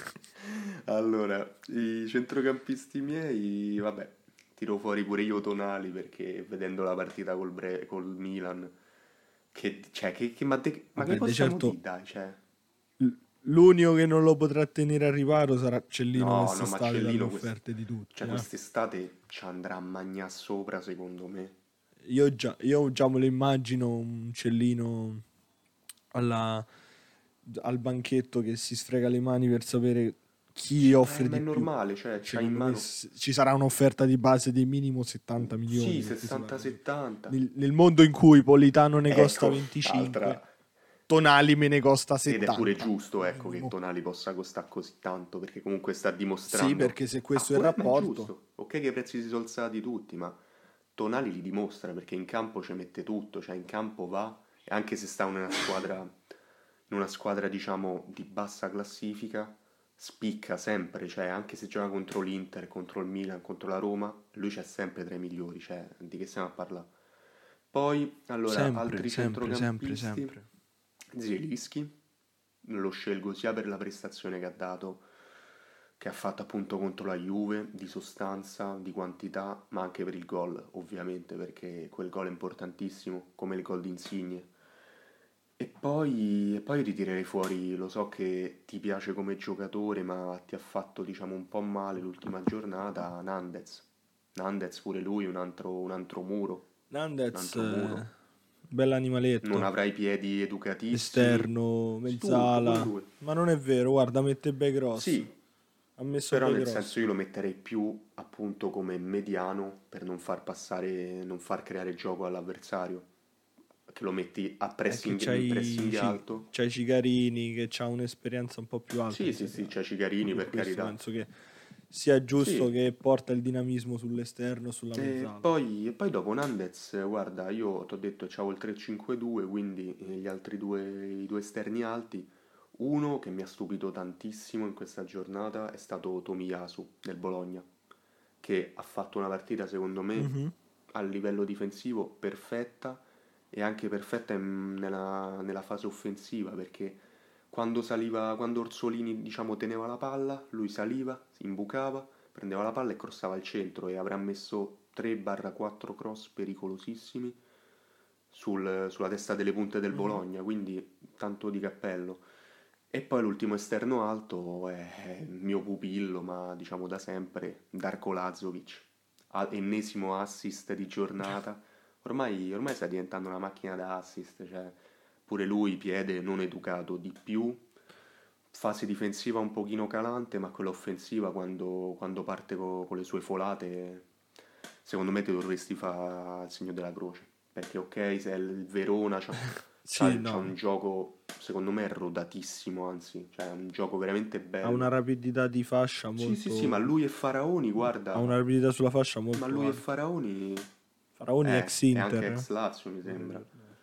Speaker 2: allora, i centrocampisti miei, vabbè, tiro fuori pure io Tonali perché vedendo la partita col, Bre- col Milan, che, cioè, che, che- ma, de- ma
Speaker 1: Vabbè,
Speaker 2: che
Speaker 1: di
Speaker 2: possiamo
Speaker 1: certo
Speaker 2: dire, dai, cioè...
Speaker 1: l- l'unico che non lo potrà tenere a riparo sarà Cellino
Speaker 2: No, no,
Speaker 1: quest'estate dalle
Speaker 2: Marcellino, quest-
Speaker 1: offerte di tutti.
Speaker 2: cioè,
Speaker 1: eh.
Speaker 2: quest'estate ci andrà a magnà sopra, secondo me.
Speaker 1: Io già, io già me lo immagino un Cellino alla- al banchetto che si sfrega le mani per sapere chi
Speaker 2: Eh,
Speaker 1: offre
Speaker 2: ma è
Speaker 1: di più.
Speaker 2: normale, cioè, c'ha in
Speaker 1: Secondo me
Speaker 2: mano...
Speaker 1: s- ci sarà un'offerta di base di minimo settanta milioni.
Speaker 2: Sì,
Speaker 1: perché si parla
Speaker 2: sessanta settanta.
Speaker 1: di- nel, nel mondo in cui Politano ne costa
Speaker 2: Ecco,
Speaker 1: venticinque,
Speaker 2: altra...
Speaker 1: Tonali me ne costa
Speaker 2: Ed è pure
Speaker 1: settanta.
Speaker 2: giusto, ecco, che
Speaker 1: Minimo.
Speaker 2: Tonali possa costare così tanto, perché comunque sta
Speaker 1: Sì,
Speaker 2: dimostrando...
Speaker 1: perché se
Speaker 2: Ah,
Speaker 1: questo è il
Speaker 2: pure, ma è
Speaker 1: rapporto,
Speaker 2: giusto. Ok che i prezzi si sono alzati tutti, ma Tonali li dimostra, perché in campo ci mette tutto, cioè in campo va, e anche se sta in una squadra, in una squadra, diciamo, di bassa classifica, spicca sempre, cioè anche se gioca contro l'Inter, contro il Milan, contro la Roma, lui c'è sempre tra i migliori, cioè di che stiamo a parlare? Poi, allora,
Speaker 1: sempre,
Speaker 2: altri
Speaker 1: sempre, sempre,
Speaker 2: centrocampisti,
Speaker 1: sempre.
Speaker 2: Zielinski, lo scelgo sia per la prestazione che ha dato, che ha fatto appunto contro la Juve, di sostanza, di quantità, ma anche per il gol, ovviamente, perché quel gol è importantissimo, come il gol di Insigne. E poi, e poi io ti tirerei fuori, lo so che ti piace come giocatore, ma ti ha fatto, diciamo, un po' male l'ultima giornata, Nandez. Nandez pure lui, un altro, un altro muro, un
Speaker 1: Nandez,
Speaker 2: altro
Speaker 1: eh,
Speaker 2: muro.
Speaker 1: bell'animaletto.
Speaker 2: Non avrà i piedi educatissimi.
Speaker 1: Esterno,
Speaker 2: Sì, tutto, pure
Speaker 1: mezzala.
Speaker 2: lui.
Speaker 1: Ma non è vero, guarda, mette bei cross.
Speaker 2: Sì,
Speaker 1: Ha messo
Speaker 2: però
Speaker 1: bei
Speaker 2: nel
Speaker 1: cross.
Speaker 2: senso io lo metterei più appunto come mediano per non far passare, non far creare gioco all'avversario. Che lo metti a
Speaker 1: È che
Speaker 2: pressing, in
Speaker 1: c'hai,
Speaker 2: pressing
Speaker 1: Ci-
Speaker 2: alto.
Speaker 1: c'hai Cigarini che ha un'esperienza un po' più alta
Speaker 2: Sì,
Speaker 1: in
Speaker 2: sì,
Speaker 1: Serie
Speaker 2: sì,
Speaker 1: A.
Speaker 2: c'è Cicarini
Speaker 1: Per
Speaker 2: per
Speaker 1: questo
Speaker 2: carità.
Speaker 1: penso che sia giusto
Speaker 2: Sì.
Speaker 1: che porta il dinamismo sull'esterno, sulla
Speaker 2: E
Speaker 1: mezzala.
Speaker 2: poi, e poi dopo Nandez, guarda, io ti ho detto c'avevo il tre cinque due, quindi eh, gli altri due, i due esterni alti. Uno che mi ha stupito tantissimo in questa giornata è stato Tomiyasu del Bologna, che ha fatto una partita secondo me
Speaker 1: Mhm.
Speaker 2: a livello difensivo perfetta e anche perfetta in- nella, nella fase offensiva, perché quando saliva, quando Orsolini diciamo teneva la palla, lui saliva, si imbucava, prendeva la palla e crossava al centro e avrà messo tre quattro cross pericolosissimi sul- sulla testa delle punte del
Speaker 1: Mhm.
Speaker 2: Bologna, quindi tanto di cappello. E poi l'ultimo esterno alto è il mio pupillo, ma diciamo da sempre, Darko Lazovic, A- ennesimo assist di giornata. Ormai, ormai sta diventando una macchina da assist, cioè pure lui piede non educato di più, fase difensiva un pochino calante, ma quella offensiva quando, quando parte co- con le sue folate, secondo me ti dovresti fare il segno della croce. Perché ok, se è il Verona c'ha,
Speaker 1: Sì,
Speaker 2: c'ha- c'ha
Speaker 1: no.
Speaker 2: un gioco, secondo me è rodatissimo, anzi, cioè è un gioco veramente
Speaker 1: Ha una
Speaker 2: bello.
Speaker 1: rapidità di fascia
Speaker 2: Sì, sì, sì, ma
Speaker 1: molto...
Speaker 2: lui e Faraoni,
Speaker 1: Ha una
Speaker 2: guarda,
Speaker 1: rapidità sulla fascia
Speaker 2: ma
Speaker 1: molto
Speaker 2: lui e
Speaker 1: alta.
Speaker 2: Faraoni,
Speaker 1: Faraoni
Speaker 2: eh,
Speaker 1: ex
Speaker 2: è anche
Speaker 1: Inter.
Speaker 2: ex
Speaker 1: eh?
Speaker 2: Lazio mi
Speaker 1: Vorrei
Speaker 2: sembra.
Speaker 1: ricordare.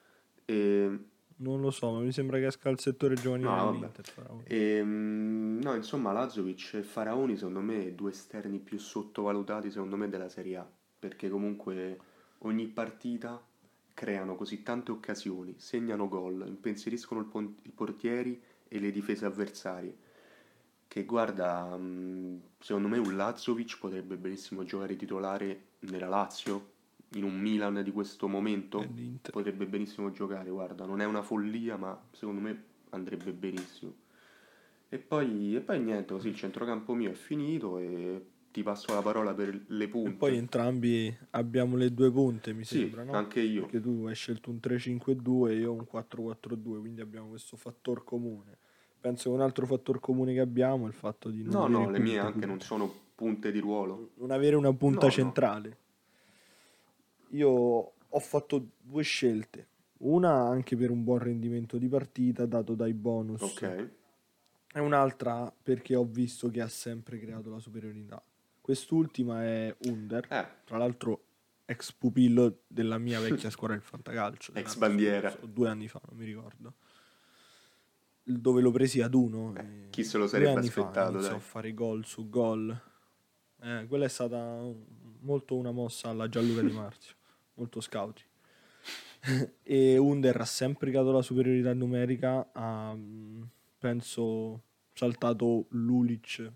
Speaker 2: E,
Speaker 1: Non lo so, ma mi sembra che esca al settore giovanile
Speaker 2: no, vabbè.
Speaker 1: dell'Inter. Faraoni.
Speaker 2: Ehm, no, insomma, Lazovic e Faraoni, secondo me, due esterni più sottovalutati, secondo me, della Serie A. Perché comunque ogni partita creano così tante occasioni, segnano gol, impensieriscono il pon- i portieri e le difese avversarie. Che guarda, mh, secondo me un Lazovic potrebbe benissimo giocare titolare nella Lazio, in un Milan di questo momento,
Speaker 1: Nell'Inter.
Speaker 2: potrebbe benissimo giocare, guarda, non è una follia, ma secondo me andrebbe benissimo. E poi, e poi niente, così il centrocampo mio è finito e ti passo la parola per le
Speaker 1: E poi
Speaker 2: punte.
Speaker 1: entrambi abbiamo le due punte, mi
Speaker 2: Sì,
Speaker 1: sembra, no?
Speaker 2: anche io.
Speaker 1: Perché tu hai scelto un tre cinque due e io un quattro quattro due, quindi abbiamo questo fattore comune. Penso che un altro fattore comune che abbiamo è il fatto di non
Speaker 2: No,
Speaker 1: avere
Speaker 2: no, le
Speaker 1: punte,
Speaker 2: mie anche
Speaker 1: punte.
Speaker 2: non sono punte di ruolo.
Speaker 1: Non avere una punta
Speaker 2: No, no.
Speaker 1: centrale. Io ho fatto due scelte. Una anche per un buon rendimento di partita dato dai bonus.
Speaker 2: Ok.
Speaker 1: E un'altra perché ho visto che ha sempre creato la superiorità. Quest'ultima è Under,
Speaker 2: Eh,
Speaker 1: tra l'altro ex pupillo della mia vecchia squadra del fantacalcio.
Speaker 2: ex
Speaker 1: dell'anno
Speaker 2: bandiera.
Speaker 1: scorso, o due anni fa, non mi ricordo. Dove l'ho presi ad uno.
Speaker 2: Eh,
Speaker 1: e
Speaker 2: chi se lo
Speaker 1: due
Speaker 2: sarebbe
Speaker 1: anni fa
Speaker 2: aspettato,
Speaker 1: iniziò
Speaker 2: dai.
Speaker 1: a fare gol su gol. Eh, quella è stata molto una mossa alla Gianluca Di Marzio, molto scouting. E Under ha sempre creato la superiorità numerica, ha mh, penso saltato Lulic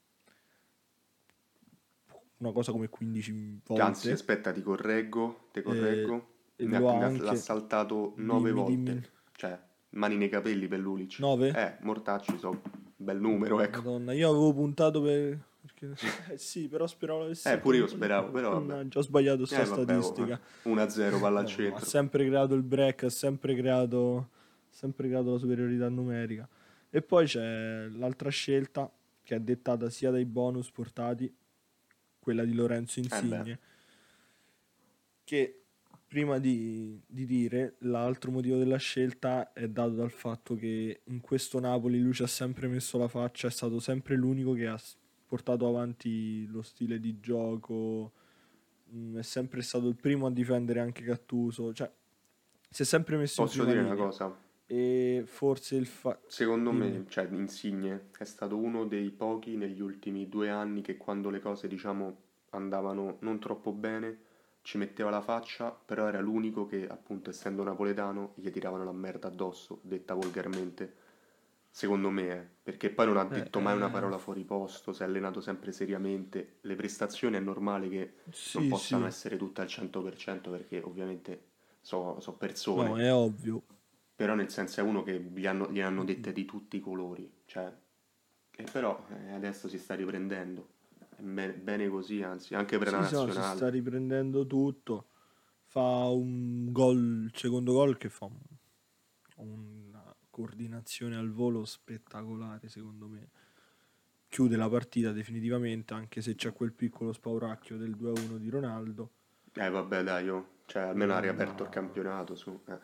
Speaker 1: una cosa come quindici
Speaker 2: Che Anzi,
Speaker 1: volte.
Speaker 2: aspetta, ti correggo, ti
Speaker 1: e,
Speaker 2: correggo.
Speaker 1: e
Speaker 2: Ne ha-
Speaker 1: lo ha
Speaker 2: ne ha- L'ha
Speaker 1: anche.
Speaker 2: saltato nove
Speaker 1: Dimmi,
Speaker 2: volte.
Speaker 1: dimmi.
Speaker 2: Cioè, mani nei capelli per Lulic.
Speaker 1: nove?
Speaker 2: Eh, mortacci, so, bel numero, ecco.
Speaker 1: Madonna, io avevo puntato per. Perché... Eh sì, però speravo l'avessi
Speaker 2: Eh, pure io
Speaker 1: fatto un po' di
Speaker 2: speravo,
Speaker 1: più.
Speaker 2: però vabbè.
Speaker 1: Mannaggia, ho sbagliato sta
Speaker 2: Eh, vabbè, oh,
Speaker 1: statistica.
Speaker 2: uno a zero, palla al
Speaker 1: No, no, ha
Speaker 2: centro.
Speaker 1: sempre creato il break, ha sempre creato, sempre creato la superiorità numerica. E poi c'è l'altra scelta che è dettata sia dai bonus portati, quella di Lorenzo
Speaker 2: Eh beh,
Speaker 1: Insigne, che prima di, di dire l'altro motivo della scelta è dato dal fatto che in questo Napoli lui ci ha sempre messo la faccia, è stato sempre l'unico che ha s- portato avanti lo stile di gioco, mm, è sempre stato il primo a difendere anche Gattuso, cioè si è sempre messo in
Speaker 2: posso
Speaker 1: prima
Speaker 2: dire una
Speaker 1: linea
Speaker 2: cosa?
Speaker 1: e forse il fa...
Speaker 2: Secondo
Speaker 1: Dimmi.
Speaker 2: me, cioè, Insigne è stato uno dei pochi negli ultimi due anni che quando le cose, diciamo, andavano non troppo bene, ci metteva la faccia, però era l'unico che, appunto, essendo napoletano, gli tiravano la merda addosso, detta volgarmente. Secondo me, eh, perché poi non ha
Speaker 1: Eh,
Speaker 2: detto mai una
Speaker 1: eh,
Speaker 2: parola fuori posto, si è allenato sempre seriamente. Le prestazioni è normale che non
Speaker 1: sì,
Speaker 2: possano
Speaker 1: sì,
Speaker 2: essere tutte al cento per cento perché ovviamente sono
Speaker 1: no,
Speaker 2: persone,
Speaker 1: è ovvio.
Speaker 2: però nel senso è uno che gli hanno, gli hanno
Speaker 1: Mm-mm.
Speaker 2: dette di tutti i colori, cioè, e però eh, adesso si sta riprendendo. È be- bene così, anzi, anche per la
Speaker 1: Sì, sì, no, si
Speaker 2: nazionale.
Speaker 1: sta riprendendo tutto. Fa un gol, il secondo gol che fa un- una coordinazione al volo spettacolare, secondo me. Chiude la partita definitivamente, anche se c'è quel piccolo spauracchio del due a uno di Ronaldo.
Speaker 2: Eh vabbè dai, oh, cioè almeno ha
Speaker 1: Non...
Speaker 2: riaperto il campionato su. Eh.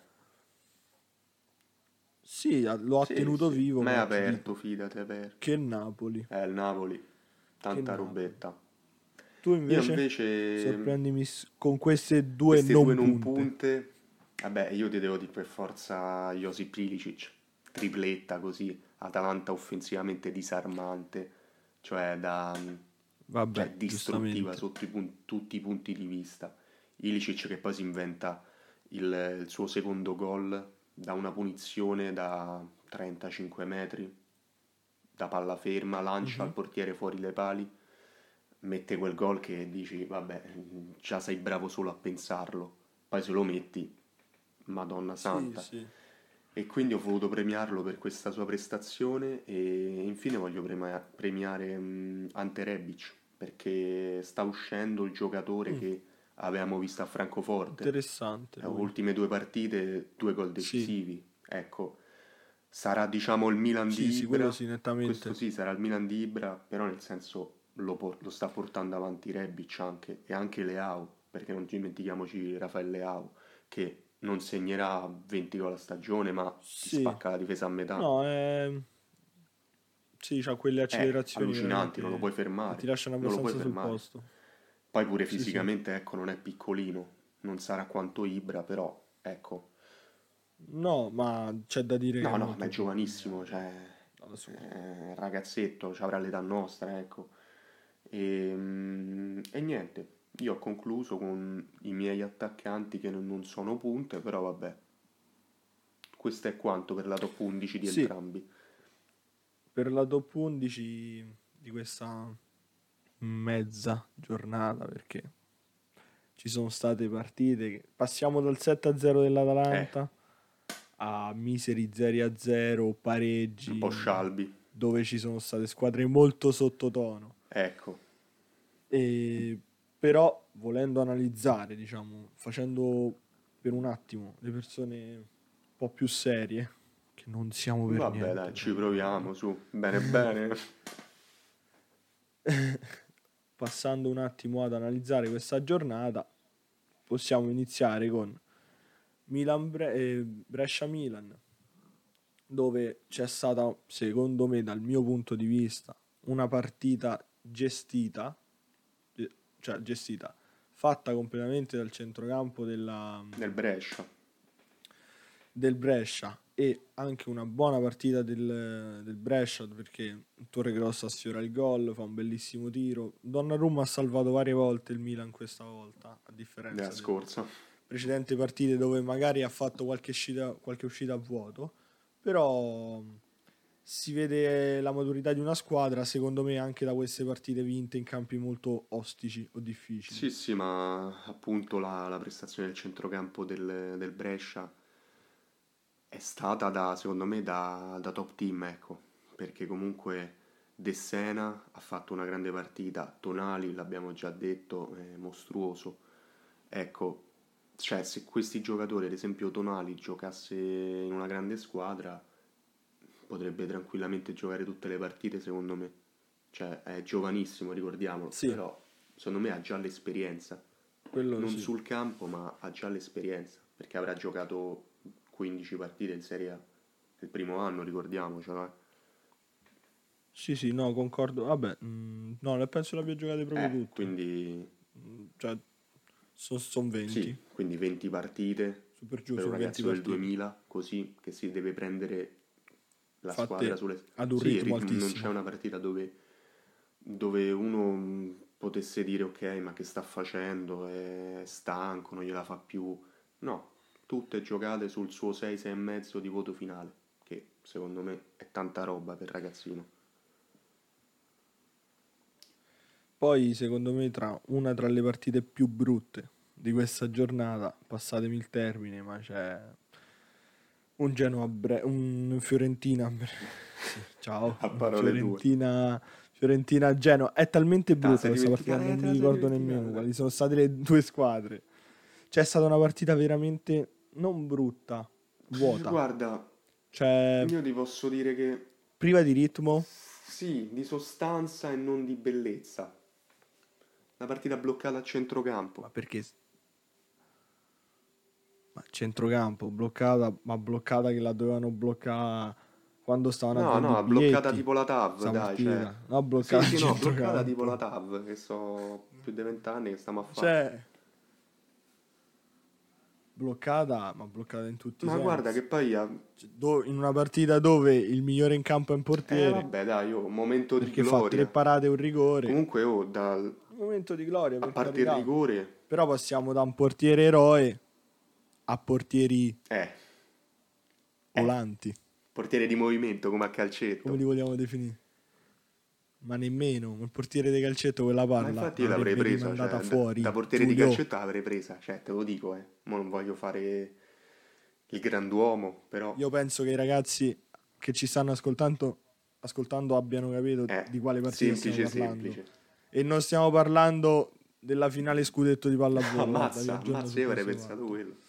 Speaker 1: Sì, ha- lo ha
Speaker 2: Sì,
Speaker 1: tenuto
Speaker 2: sì,
Speaker 1: vivo,
Speaker 2: ma è
Speaker 1: ma ti
Speaker 2: aperto,
Speaker 1: dico,
Speaker 2: fidati, è aperto.
Speaker 1: che Napoli,
Speaker 2: È il Napoli,
Speaker 1: che
Speaker 2: tanta
Speaker 1: Napoli.
Speaker 2: robetta.
Speaker 1: Tu
Speaker 2: Io
Speaker 1: invece
Speaker 2: invece,
Speaker 1: sorprendimi s- con queste due
Speaker 2: queste due
Speaker 1: non
Speaker 2: non
Speaker 1: punte.
Speaker 2: punte, vabbè, io ti devo dire per forza Josip Ilicic, tripletta così, Atalanta offensivamente disarmante, cioè da, cioè
Speaker 1: Vabbè,
Speaker 2: distruttiva
Speaker 1: giustamente.
Speaker 2: sotto i pun- tutti i punti di vista. Ilicic che poi si inventa il, il suo secondo gol da una punizione da trentacinque metri, da palla ferma, lancia al
Speaker 1: Mhm.
Speaker 2: portiere fuori le pali, mette quel gol che dici, vabbè, già sei bravo solo a pensarlo, poi se lo metti, Madonna
Speaker 1: Sì,
Speaker 2: santa.
Speaker 1: sì.
Speaker 2: E quindi ho voluto premiarlo per questa sua prestazione e infine voglio prema- premiare mh, Ante Rebic perché sta uscendo il giocatore
Speaker 1: Mm,
Speaker 2: che avevamo visto a Francoforte.
Speaker 1: interessante
Speaker 2: Le
Speaker 1: lui.
Speaker 2: ultime due partite, due gol
Speaker 1: Sì,
Speaker 2: decisivi. Ecco, sarà diciamo il Milan
Speaker 1: sì,
Speaker 2: di
Speaker 1: sì, quello
Speaker 2: Ibra,
Speaker 1: sì,
Speaker 2: questo
Speaker 1: nettamente.
Speaker 2: sì sarà il Milan di Ibra, però nel senso lo, por- lo sta portando avanti Rebic anche, e anche Leao, perché non dimentichiamoci Rafael Leao, che non segnerà venti gol a stagione, ma ti
Speaker 1: Sì,
Speaker 2: spacca la difesa a metà.
Speaker 1: no, è... sì, c'ha quelle
Speaker 2: Eh,
Speaker 1: accelerazioni
Speaker 2: allucinanti, non lo
Speaker 1: veramente
Speaker 2: puoi
Speaker 1: che ti
Speaker 2: fermare,
Speaker 1: lasciano
Speaker 2: non lo puoi
Speaker 1: abbastanza sul
Speaker 2: fermare.
Speaker 1: posto.
Speaker 2: Poi pure
Speaker 1: Sì, sì.
Speaker 2: fisicamente, ecco, non è piccolino, non sarà quanto Ibra, però, ecco.
Speaker 1: No, ma c'è da dire che è
Speaker 2: No, no, ma è
Speaker 1: molto giovane
Speaker 2: giovanissimo,
Speaker 1: al-
Speaker 2: cioè,
Speaker 1: alla sua.
Speaker 2: eh, ragazzetto, ci avrà l'età nostra, ecco. E, mm, e niente, io ho concluso con i miei attaccanti che non non sono punte, però vabbè, questo è quanto per la top undici di
Speaker 1: Sì,
Speaker 2: entrambi.
Speaker 1: per la top undici di questa mezza giornata, perché ci sono state partite che passiamo dal sette a zero
Speaker 2: Eh,
Speaker 1: dell'Atalanta a miseri zero a zero,
Speaker 2: un po'
Speaker 1: pareggi,
Speaker 2: scialbi.
Speaker 1: dove ci sono state squadre molto sottotono.
Speaker 2: Ecco.
Speaker 1: E però volendo analizzare, diciamo, facendo per un attimo le persone un po' più serie, che non siamo per
Speaker 2: Vabbè,
Speaker 1: niente,
Speaker 2: dai, ci
Speaker 1: però,
Speaker 2: proviamo, su. Bene, bene.
Speaker 1: passando un attimo ad analizzare questa giornata, possiamo iniziare con Milan Bre- eh, Brescia-Milan, dove c'è stata, secondo me, dal mio punto di vista, una partita gestita, eh, cioè gestita, fatta completamente dal centrocampo della,
Speaker 2: Nel Brescia.
Speaker 1: del Brescia, e anche una buona partita del, del Brescia, perché Torregrossa sfiora il gol, fa un bellissimo tiro. Donnarumma ha salvato varie volte il Milan questa volta, a differenza
Speaker 2: Della
Speaker 1: delle
Speaker 2: scorsa.
Speaker 1: precedenti partite dove magari ha fatto qualche uscita, qualche uscita a vuoto, però si vede la maturità di una squadra, secondo me, anche da queste partite vinte in campi molto ostici o difficili.
Speaker 2: Sì, sì, ma appunto la, la prestazione del centrocampo del, del Brescia è stata da, secondo me, da, da top team, ecco, perché comunque De Sena ha fatto una grande partita, Tonali, l'abbiamo già detto, è mostruoso. Ecco, cioè se questi giocatori, ad esempio Tonali, giocasse in una grande squadra, potrebbe tranquillamente giocare tutte le partite, secondo me. Cioè, è giovanissimo, ricordiamolo,
Speaker 1: Sì,
Speaker 2: però secondo me ha già l'esperienza.
Speaker 1: quello
Speaker 2: Non
Speaker 1: sì.
Speaker 2: sul campo, ma ha già l'esperienza, perché avrà giocato quindici partite in Serie A. Il primo anno, ricordiamocelo, eh.
Speaker 1: Sì, sì, no, concordo. Vabbè, mh, no, penso l'abbia giocate proprio
Speaker 2: Eh,
Speaker 1: tutte.
Speaker 2: quindi
Speaker 1: Mm, Cioè, sono venti.
Speaker 2: sì, quindi venti partite
Speaker 1: Super giù,
Speaker 2: per un
Speaker 1: sono venti
Speaker 2: ragazzo del
Speaker 1: partite.
Speaker 2: duemila, così che si deve prendere la squadra
Speaker 1: Fatte
Speaker 2: sulle...
Speaker 1: ad un
Speaker 2: Sì, il
Speaker 1: ritmo
Speaker 2: ritmo, non c'è
Speaker 1: altissimo.
Speaker 2: una partita dove, dove uno mh, potesse dire ok, ma che sta facendo? È stanco, non gliela fa più. No, tutte giocate sul suo sei, sei e mezzo di voto finale, che secondo me è tanta roba per ragazzino.
Speaker 1: Poi, secondo me, tra una tra le partite più brutte di questa giornata, passatemi il termine, ma c'è un Genoa Bre- un Fiorentina Bre- sì, ciao,
Speaker 2: A
Speaker 1: un
Speaker 2: parole tue.
Speaker 1: Fiorentina Fiorentina Genoa. È talmente
Speaker 2: Te la
Speaker 1: brutta
Speaker 2: sei
Speaker 1: questa partita,
Speaker 2: dimenticata? Eh,
Speaker 1: non
Speaker 2: te
Speaker 1: mi
Speaker 2: la sei
Speaker 1: ricordo
Speaker 2: dimenticata,
Speaker 1: nemmeno
Speaker 2: dai.
Speaker 1: quali sono state le due squadre. C'è stata una partita veramente non brutta,
Speaker 2: Eh,
Speaker 1: vuota.
Speaker 2: Guarda,
Speaker 1: Cioè,
Speaker 2: io ti posso dire che
Speaker 1: priva di ritmo,
Speaker 2: sì, di sostanza e non di bellezza. Una partita bloccata a
Speaker 1: ma
Speaker 2: centrocampo.
Speaker 1: perché? Ma centrocampo, bloccata, ma bloccata che la dovevano bloccare quando stavano a
Speaker 2: No,
Speaker 1: vendere i
Speaker 2: no, bloccata
Speaker 1: biglietti.
Speaker 2: tipo la T A V,
Speaker 1: Sta
Speaker 2: dai, cioè...
Speaker 1: partita, no,
Speaker 2: Sì,
Speaker 1: bloccata a
Speaker 2: sì, no, bloccata tipo la
Speaker 1: centrocampo.
Speaker 2: T A V, che so più di vent'anni che stiamo a fare.
Speaker 1: Cioè, bloccata, ma bloccata in tutti i
Speaker 2: Ma guarda
Speaker 1: sensi.
Speaker 2: che poi... ha-
Speaker 1: Cioè, do- in una partita dove il migliore in campo è un
Speaker 2: Eh,
Speaker 1: portiere,
Speaker 2: vabbè, dai, oh, momento di
Speaker 1: perché fa tre
Speaker 2: gloria.
Speaker 1: parate e un rigore.
Speaker 2: Comunque, oh, dal...
Speaker 1: Un momento di gloria,
Speaker 2: a
Speaker 1: per
Speaker 2: parte il
Speaker 1: carità.
Speaker 2: rigore...
Speaker 1: Però passiamo da un portiere eroe a portieri
Speaker 2: Eh, eh,
Speaker 1: volanti.
Speaker 2: portiere di movimento come a
Speaker 1: Come
Speaker 2: calcetto.
Speaker 1: li vogliamo definire? Ma nemmeno, il portiere di calcetto quella
Speaker 2: Ma
Speaker 1: palla
Speaker 2: infatti io l'avrei
Speaker 1: l'avrebbe
Speaker 2: presa,
Speaker 1: rimandata
Speaker 2: cioè, da, da
Speaker 1: fuori.
Speaker 2: portiere di
Speaker 1: Giulio,
Speaker 2: calcetto l'avrei presa, cioè, te lo dico, eh. Ma non voglio fare il grand'uomo, però...
Speaker 1: io penso che i ragazzi che ci stanno ascoltando, ascoltando abbiano capito
Speaker 2: Eh,
Speaker 1: di quale partita stiamo
Speaker 2: semplice,
Speaker 1: parlando.
Speaker 2: semplice.
Speaker 1: E non stiamo parlando della finale scudetto di pallavolo, guarda, vi
Speaker 2: Ammazza,
Speaker 1: aggiorno
Speaker 2: ammazza,
Speaker 1: su
Speaker 2: io avrei
Speaker 1: questo
Speaker 2: pensato
Speaker 1: fatto.
Speaker 2: quello.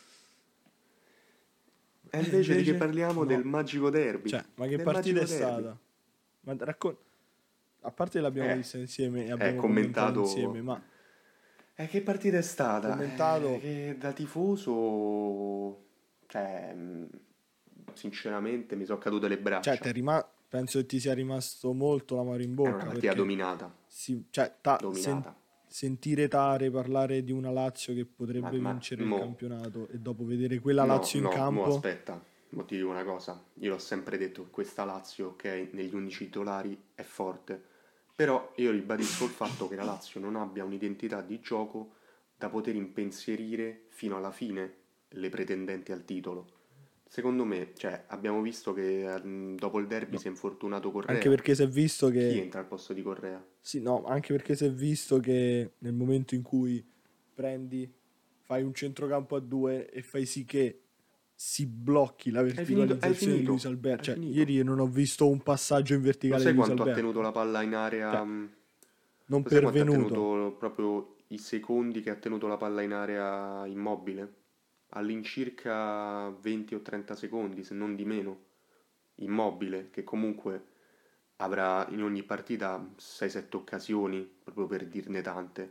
Speaker 2: E
Speaker 1: E
Speaker 2: invece di che
Speaker 1: invece
Speaker 2: parliamo? Del
Speaker 1: no.
Speaker 2: magico derby.
Speaker 1: Cioè, ma che
Speaker 2: Del
Speaker 1: partita
Speaker 2: magico
Speaker 1: è
Speaker 2: derby.
Speaker 1: stata? Ma raccon- A parte che l'abbiamo
Speaker 2: Eh,
Speaker 1: vista insieme e
Speaker 2: eh,
Speaker 1: abbiamo commentato insieme,
Speaker 2: commentato...
Speaker 1: ma
Speaker 2: Eh, che partita è stata? Eh,
Speaker 1: commentato,
Speaker 2: che da tifoso... Cioè, mh, sinceramente mi sono cadute le
Speaker 1: cioè,
Speaker 2: braccia.
Speaker 1: t'è rima- penso che ti sia rimasto molto l'amaro in
Speaker 2: Era una
Speaker 1: bocca,
Speaker 2: partita
Speaker 1: perché
Speaker 2: dominata.
Speaker 1: si, cioè, ta- sen-
Speaker 2: Dominata.
Speaker 1: sentire Tare parlare di una Lazio che
Speaker 2: Ma,
Speaker 1: potrebbe
Speaker 2: ma
Speaker 1: vincere il
Speaker 2: mo,
Speaker 1: campionato e dopo vedere quella
Speaker 2: no,
Speaker 1: Lazio in
Speaker 2: no, mo
Speaker 1: campo,
Speaker 2: aspetta, mo ti dico una cosa. Io l'ho sempre detto che questa Lazio, ok, negli undici titolari è forte. Però io ribadisco il fatto che la Lazio non abbia un'identità di gioco da poter impensierire fino alla fine le pretendenti al titolo. secondo me, cioè, abbiamo visto che ehm, dopo il derby
Speaker 1: No.
Speaker 2: si è infortunato
Speaker 1: Anche
Speaker 2: Correa.
Speaker 1: perché si è visto
Speaker 2: Chi
Speaker 1: che...
Speaker 2: entra al posto di Correa?
Speaker 1: Sì, no, anche perché si è visto che nel momento in cui prendi, fai un centrocampo a due e fai sì che si blocchi la
Speaker 2: Hai finito, hai
Speaker 1: verticalizzazione di Luis
Speaker 2: finito,
Speaker 1: Alberto.
Speaker 2: hai
Speaker 1: Cioè,
Speaker 2: finito.
Speaker 1: ieri io non ho visto un passaggio in
Speaker 2: Lo
Speaker 1: verticale di
Speaker 2: sai
Speaker 1: Luis
Speaker 2: quanto ha tenuto
Speaker 1: Alberto.
Speaker 2: la palla in area?
Speaker 1: Cioè,
Speaker 2: mh,
Speaker 1: non
Speaker 2: Lo sai quanto ha
Speaker 1: pervenuto.
Speaker 2: tenuto proprio i secondi che ha tenuto la palla in area immobile? All'incirca venti o trenta secondi, se non di meno. Immobile, che comunque avrà in ogni partita sei sette occasioni, proprio per dirne tante.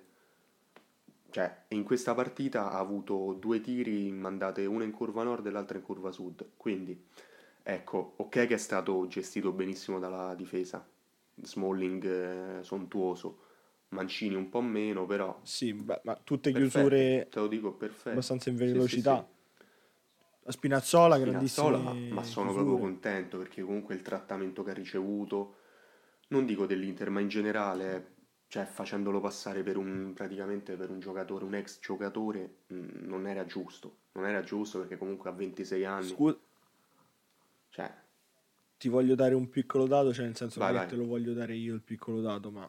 Speaker 2: Cioè, in questa partita ha avuto due tiri mandate una in curva nord e l'altra in curva sud. Quindi, ecco, ok che è stato gestito benissimo dalla difesa. Smalling eh, sontuoso, Mancini un po' meno, però
Speaker 1: Sì, beh, ma tutte
Speaker 2: perfette,
Speaker 1: chiusure
Speaker 2: te lo dico, perfette.
Speaker 1: abbastanza in
Speaker 2: Sì, sì, sì.
Speaker 1: velocità. La Spinazzola,
Speaker 2: Spinazzola, ma, ma
Speaker 1: grandissime
Speaker 2: sono proprio
Speaker 1: chiusure.
Speaker 2: contento perché comunque il trattamento che ha ricevuto, non dico dell'Inter, ma in generale, cioè facendolo passare per un, praticamente per un giocatore, un ex giocatore, mh, non era giusto. Non era giusto perché comunque a ventisei anni,
Speaker 1: Scusa,
Speaker 2: cioè,
Speaker 1: ti voglio dare un piccolo dato, cioè nel senso non
Speaker 2: vai,
Speaker 1: è che
Speaker 2: vai.
Speaker 1: te lo voglio dare io il piccolo dato, ma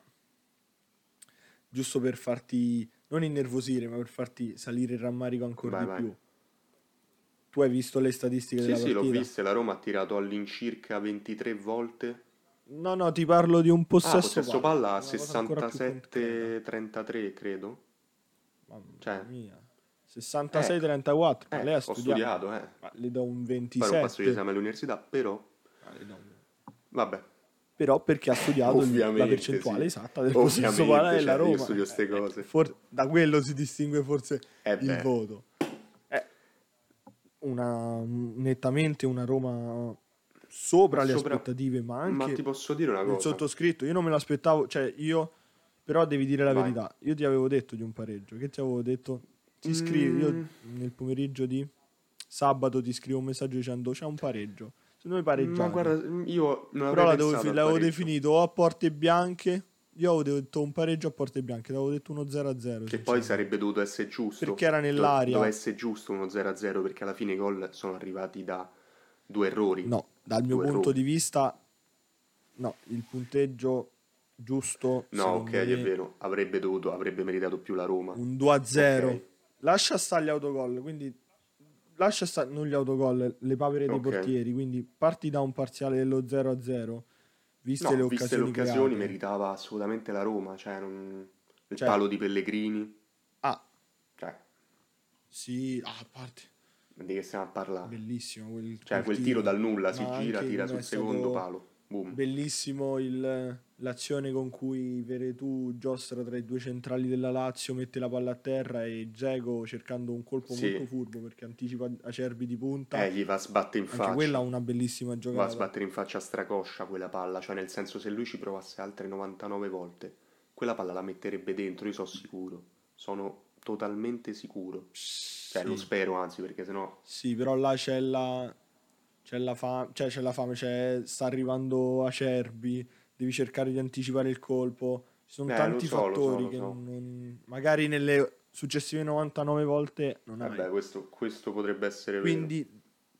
Speaker 1: giusto per farti, non innervosire, ma per farti salire il rammarico ancora
Speaker 2: Vai,
Speaker 1: di
Speaker 2: vai.
Speaker 1: più. Tu hai visto le statistiche
Speaker 2: Sì,
Speaker 1: della
Speaker 2: sì, l'ho
Speaker 1: partita?
Speaker 2: vista, la Roma ha tirato all'incirca ventitré volte.
Speaker 1: No, no, ti parlo di un
Speaker 2: Ah,
Speaker 1: possesso
Speaker 2: possesso
Speaker 1: palla,
Speaker 2: palla a
Speaker 1: una cosa ancora più concreta.
Speaker 2: sessantasette trentatré, credo.
Speaker 1: Mamma
Speaker 2: Cioè,
Speaker 1: mia.
Speaker 2: ecco,
Speaker 1: sessantasei trentaquattro, ma lei
Speaker 2: ecco,
Speaker 1: ha
Speaker 2: ho
Speaker 1: studiato.
Speaker 2: studiato, eh.
Speaker 1: Ma le do un
Speaker 2: Poi non passo gli
Speaker 1: ventisette.
Speaker 2: esami all'università, però,
Speaker 1: Ma le do un-
Speaker 2: vabbè,
Speaker 1: Però perché ha studiato il- la
Speaker 2: ovviamente
Speaker 1: percentuale
Speaker 2: sì.
Speaker 1: esatta del possesso palla
Speaker 2: Ovviamente,
Speaker 1: della
Speaker 2: cioè, io
Speaker 1: Roma.
Speaker 2: studio ste
Speaker 1: Eh, eh,
Speaker 2: cose.
Speaker 1: for- da quello si distingue forse
Speaker 2: Eh
Speaker 1: il
Speaker 2: beh,
Speaker 1: voto. È una, nettamente una Roma
Speaker 2: ma
Speaker 1: sopra le
Speaker 2: sopra...
Speaker 1: aspettative, ma
Speaker 2: Ma ti
Speaker 1: anche
Speaker 2: posso dire una
Speaker 1: nel
Speaker 2: cosa?
Speaker 1: sottoscritto. Io non me l'aspettavo, cioè io, però devi dire la
Speaker 2: Vai.
Speaker 1: verità. Io ti avevo detto di un pareggio. Che ti avevo detto? Ti scrivi, io
Speaker 2: Mm,
Speaker 1: nel pomeriggio di sabato ti scrivo un messaggio dicendo c'è un pareggio. Secondo me
Speaker 2: ma guarda,
Speaker 1: pareggiate.
Speaker 2: io non
Speaker 1: Però
Speaker 2: avrei
Speaker 1: l'avevo,
Speaker 2: pensato al
Speaker 1: l'avevo
Speaker 2: pareggio.
Speaker 1: definito o a porte bianche. Io avevo detto un pareggio a porte bianche, l'avevo detto uno zero a zero,
Speaker 2: Che poi
Speaker 1: sinceramente.
Speaker 2: sarebbe dovuto essere giusto.
Speaker 1: Perché era
Speaker 2: Do- doveva
Speaker 1: nell'aria.
Speaker 2: essere giusto uno zero a zero perché alla fine i gol sono arrivati da due errori.
Speaker 1: No, dal mio
Speaker 2: Due
Speaker 1: punto
Speaker 2: errori.
Speaker 1: di vista, no, il punteggio giusto,
Speaker 2: No, ok,
Speaker 1: secondo
Speaker 2: è
Speaker 1: me,
Speaker 2: vero. Avrebbe dovuto, avrebbe meritato più la Roma.
Speaker 1: un due a zero.
Speaker 2: Ok,
Speaker 1: Lascia stare gli autogol, quindi lascia stare non gli autogol, le papere dei
Speaker 2: ok.
Speaker 1: portieri, quindi parti da un parziale dello zero a zero, viste le
Speaker 2: No, viste le
Speaker 1: occasioni
Speaker 2: occasioni
Speaker 1: create.
Speaker 2: meritava assolutamente la Roma. Cioè, non... il
Speaker 1: Cioè,
Speaker 2: palo di Pellegrini.
Speaker 1: ah,
Speaker 2: Cioè,
Speaker 1: sì, ah, a parte,
Speaker 2: di che stiamo a parlare?
Speaker 1: bellissimo quel,
Speaker 2: Cioè,
Speaker 1: quel
Speaker 2: quel tiro
Speaker 1: tiro,
Speaker 2: dal nulla si
Speaker 1: ma
Speaker 2: gira,
Speaker 1: anche
Speaker 2: tira
Speaker 1: come è
Speaker 2: sul secondo
Speaker 1: stato
Speaker 2: palo. Boom.
Speaker 1: bellissimo il- l'azione con cui Veretù giostra tra i due centrali della Lazio, mette la palla a terra e Dzeko cercando un colpo molto
Speaker 2: Sì,
Speaker 1: furbo perché anticipa Acerbi di punta.
Speaker 2: eh, gli va a sbattere in
Speaker 1: Anche quella
Speaker 2: faccia.
Speaker 1: una bellissima
Speaker 2: Va a
Speaker 1: giocata.
Speaker 2: sbattere in faccia a Stracoscia quella palla. Cioè, nel senso, se lui ci provasse altre novantanove volte, quella palla la metterebbe dentro, io sono sicuro. Sono totalmente sicuro. Cioè, lo
Speaker 1: Sì,
Speaker 2: spero, anzi, perché sennò...
Speaker 1: sì, però là c'è la, c'è la fame, cioè c'è la fame, c'è, sta arrivando Acerbi, devi cercare di anticipare il colpo. Ci sono
Speaker 2: Eh, lo
Speaker 1: tanti
Speaker 2: so, lo so,
Speaker 1: fattori
Speaker 2: lo
Speaker 1: che
Speaker 2: so.
Speaker 1: non, magari nelle successive novantanove volte non hai.
Speaker 2: Vabbè, questo, questo potrebbe essere vero.
Speaker 1: Quindi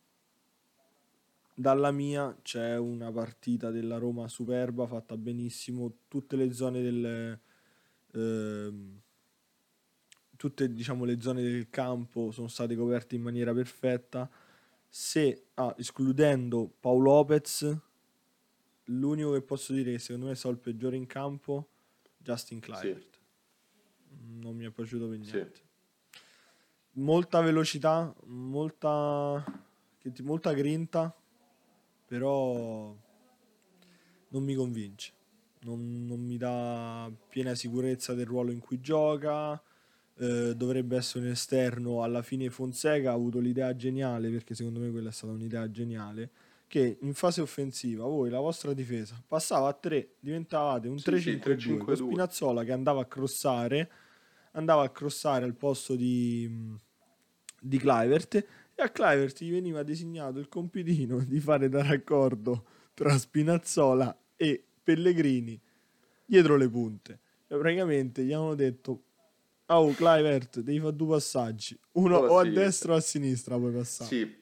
Speaker 1: dalla mia c'è una partita della Roma superba, fatta benissimo, tutte le zone del ehm, tutte diciamo le zone del campo sono state coperte in maniera perfetta. Se ah, escludendo Paolo Lopez, l'unico che posso dire che secondo me è stato il peggiore in campo, Justin
Speaker 2: Sì,
Speaker 1: Kluivert. Non mi è piaciuto per
Speaker 2: sì.
Speaker 1: niente. Molta velocità, molta che ti- molta grinta, però non mi convince, non, non mi dà piena sicurezza del ruolo in cui gioca. Eh, dovrebbe essere un esterno. Alla fine Fonseca ha avuto l'idea geniale, perché secondo me quella è stata un'idea geniale, che in fase offensiva voi, la vostra difesa, passava a tre, diventavate un
Speaker 2: Sì, sì,
Speaker 1: tre cinque due con
Speaker 2: tre cinque due.
Speaker 1: Spinazzola che andava a crossare, andava a crossare al posto di, di Kluivert, e a Kluivert gli veniva designato il compitino di fare da raccordo tra Spinazzola e Pellegrini dietro le punte. Cioè, praticamente gli hanno detto: oh Kluivert, devi fare due passaggi, uno
Speaker 2: O a
Speaker 1: o a
Speaker 2: sinistra.
Speaker 1: destra o a sinistra puoi passare.
Speaker 2: Sì,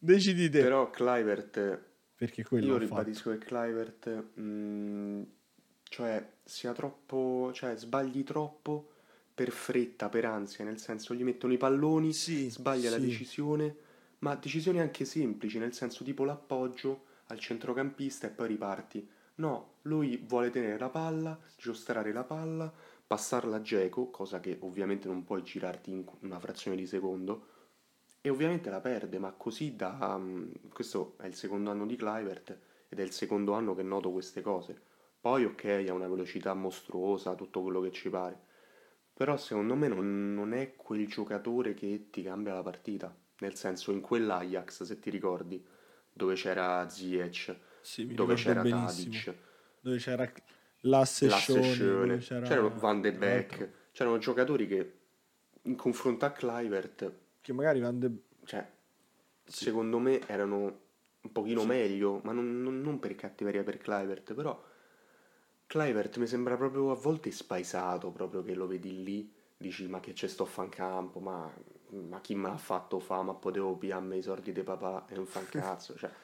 Speaker 1: Decidi te.
Speaker 2: Però Kluivert,
Speaker 1: Perché quello
Speaker 2: io
Speaker 1: ha fatto.
Speaker 2: ribadisco che Kluivert, mh, cioè, sia troppo, cioè, sbagli troppo per fretta, per ansia, nel senso, gli mettono i palloni,
Speaker 1: Sì,
Speaker 2: sbaglia la
Speaker 1: sì.
Speaker 2: decisione, ma decisioni anche semplici, nel senso tipo l'appoggio al centrocampista e poi riparti. No, lui vuole tenere la palla, giostrare la palla, passarla a Dzeko, cosa che ovviamente non puoi girarti in una frazione di secondo, e ovviamente la perde, ma così da... mm, questo è il secondo anno di Kluivert ed è il secondo anno che noto queste cose. Poi ok, ha una velocità mostruosa, tutto quello che ci pare, però secondo me non, non è quel giocatore che ti cambia la partita. Nel senso, in quell'Ajax, se ti ricordi, dove c'era Ziyech,
Speaker 1: Sì, mi
Speaker 2: dove
Speaker 1: ricordo
Speaker 2: c'era
Speaker 1: benissimo.
Speaker 2: Tadic,
Speaker 1: Dove c'era l'asse
Speaker 2: l'asse
Speaker 1: Scione, dove
Speaker 2: Schöne, c'era
Speaker 1: c'era,
Speaker 2: Van de
Speaker 1: tra l'altro,
Speaker 2: Beek, c'erano giocatori che in confronto a Kluivert,
Speaker 1: che magari Van de...
Speaker 2: cioè,
Speaker 1: Sì,
Speaker 2: secondo me erano un pochino
Speaker 1: sì.
Speaker 2: meglio, ma non, non- non per cattiveria per Kluivert, però Kluivert mi sembra proprio a volte spaesato, proprio che lo vedi lì, dici ma che c'è sto a fan campo, ma, ma chi me l'ha fatto fa, ma potevo pigliarmi i soldi di papà e non fa un cazzo, cioè,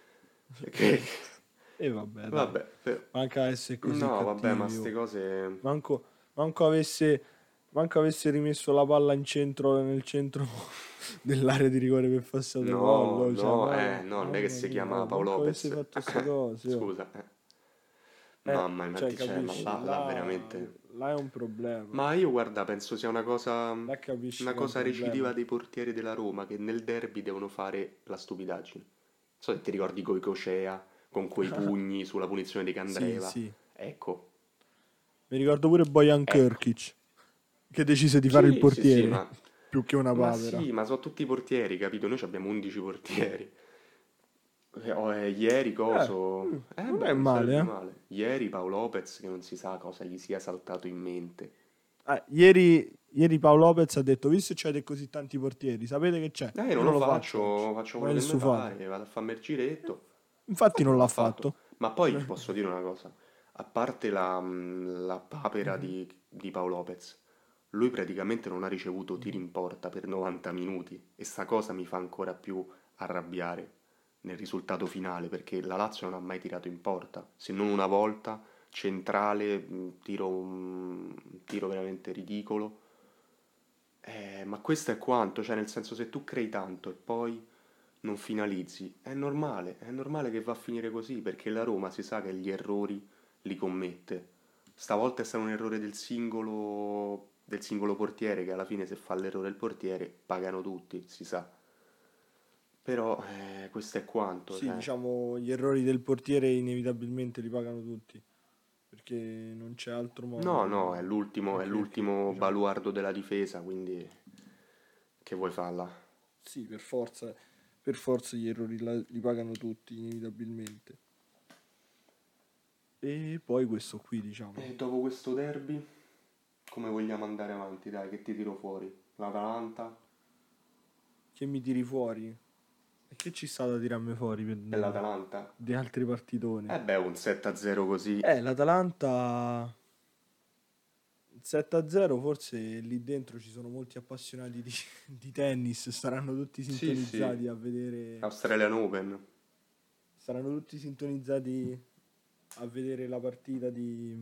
Speaker 2: che,
Speaker 1: E vabbè, dai.
Speaker 2: vabbè, per-
Speaker 1: Manca essere così
Speaker 2: no, vabbè, ma
Speaker 1: cattivi.
Speaker 2: ste
Speaker 1: Oh.
Speaker 2: cose,
Speaker 1: Manco, manco avesse, manco avesse rimesso la palla in centro, nel centro dell'area di rigore per fare stato gol.
Speaker 2: no,
Speaker 1: Oh. Cioè,
Speaker 2: no,
Speaker 1: ma-
Speaker 2: eh, no, non è che
Speaker 1: mamma
Speaker 2: si
Speaker 1: mia,
Speaker 2: chiama
Speaker 1: oh,
Speaker 2: Paolo
Speaker 1: manco avesse
Speaker 2: Lopez,
Speaker 1: fatto ste cose. Oh.
Speaker 2: scusa, eh.
Speaker 1: Eh,
Speaker 2: Mamma mia,
Speaker 1: cioè,
Speaker 2: infatti, cioè, ma
Speaker 1: capisci?
Speaker 2: là, là
Speaker 1: Là,
Speaker 2: veramente...
Speaker 1: là è un problema.
Speaker 2: Ma io guarda, penso sia una cosa,
Speaker 1: Là capisci
Speaker 2: una
Speaker 1: che è un
Speaker 2: cosa recidiva
Speaker 1: problema.
Speaker 2: dei portieri della Roma che nel derby devono fare la stupidaggine. Non so se ti ricordi Goicocea con quei pugni sulla punizione di
Speaker 1: Sì,
Speaker 2: Candreva.
Speaker 1: sì.
Speaker 2: Ecco,
Speaker 1: Mi ricordo pure Bojan
Speaker 2: ecco.
Speaker 1: Kirkic, che decise di fare il
Speaker 2: Sì, sì, sì,
Speaker 1: portiere
Speaker 2: ma,
Speaker 1: più che una
Speaker 2: ma
Speaker 1: papera.
Speaker 2: sì, ma sono tutti portieri, capito? Noi abbiamo undici portieri. Eh, oh, eh, ieri
Speaker 1: Eh, mm,
Speaker 2: coso... Eh
Speaker 1: non
Speaker 2: beh,
Speaker 1: è
Speaker 2: non
Speaker 1: male,
Speaker 2: sarebbe
Speaker 1: eh.
Speaker 2: male. Ieri Paolo Lopez che non si sa cosa gli sia saltato in mente.
Speaker 1: Eh, ieri, ieri Paolo Lopez ha detto, visto che c'avete così tanti portieri, sapete che c'è?
Speaker 2: Eh, io
Speaker 1: Io
Speaker 2: non
Speaker 1: non
Speaker 2: lo
Speaker 1: lo faccio oggi.
Speaker 2: faccio, faccio
Speaker 1: Ma
Speaker 2: quello
Speaker 1: è
Speaker 2: che mi
Speaker 1: stufato.
Speaker 2: pare, vado a farmi il giretto.
Speaker 1: Infatti
Speaker 2: Infatti
Speaker 1: non
Speaker 2: non
Speaker 1: l'ha
Speaker 2: l'ha fatto.
Speaker 1: fatto.
Speaker 2: Ma poi ti posso dire una cosa, a parte la, mm, la papera
Speaker 1: Mhm,
Speaker 2: di, di Paolo Lopez, lui praticamente non ha ricevuto tiri
Speaker 1: mhm.
Speaker 2: in porta per novanta minuti e sta cosa mi fa ancora più arrabbiare nel risultato finale perché la Lazio non ha mai tirato in porta, se non una volta, centrale, mm, tiro, mm, tiro veramente ridicolo. Eh, ma questo è quanto, cioè nel senso se tu crei tanto e poi non finalizzi, è normale, è normale che va a finire così, perché la Roma si sa che gli errori li commette. Stavolta è stato un errore del singolo, del singolo portiere, che alla fine se fa l'errore il portiere pagano tutti, si sa. Però eh, questo è quanto,
Speaker 1: Sì,
Speaker 2: cioè...
Speaker 1: diciamo, gli errori del portiere inevitabilmente li pagano tutti, perché non c'è altro
Speaker 2: No, no, è
Speaker 1: modo,
Speaker 2: l'ultimo, è
Speaker 1: anche perché,
Speaker 2: l'ultimo
Speaker 1: diciamo,
Speaker 2: baluardo della difesa, quindi che vuoi farla?
Speaker 1: sì, per forza, per forza gli errori la- li pagano tutti, inevitabilmente. E poi questo qui, diciamo,
Speaker 2: E dopo questo derby, come vogliamo andare avanti? Dai, che ti tiro fuori? L'Atalanta?
Speaker 1: che mi tiri fuori? E che ci sta da tirarmi fuori per
Speaker 2: E l'Atalanta?
Speaker 1: di altri partitoni?
Speaker 2: Eh beh, un sette a zero così.
Speaker 1: Eh, l'Atalanta sette a zero, forse lì dentro ci sono molti appassionati di, di tennis, saranno tutti
Speaker 2: Sì, sì.
Speaker 1: sintonizzati a vedere,
Speaker 2: Australian Open.
Speaker 1: saranno tutti sintonizzati a vedere la partita di,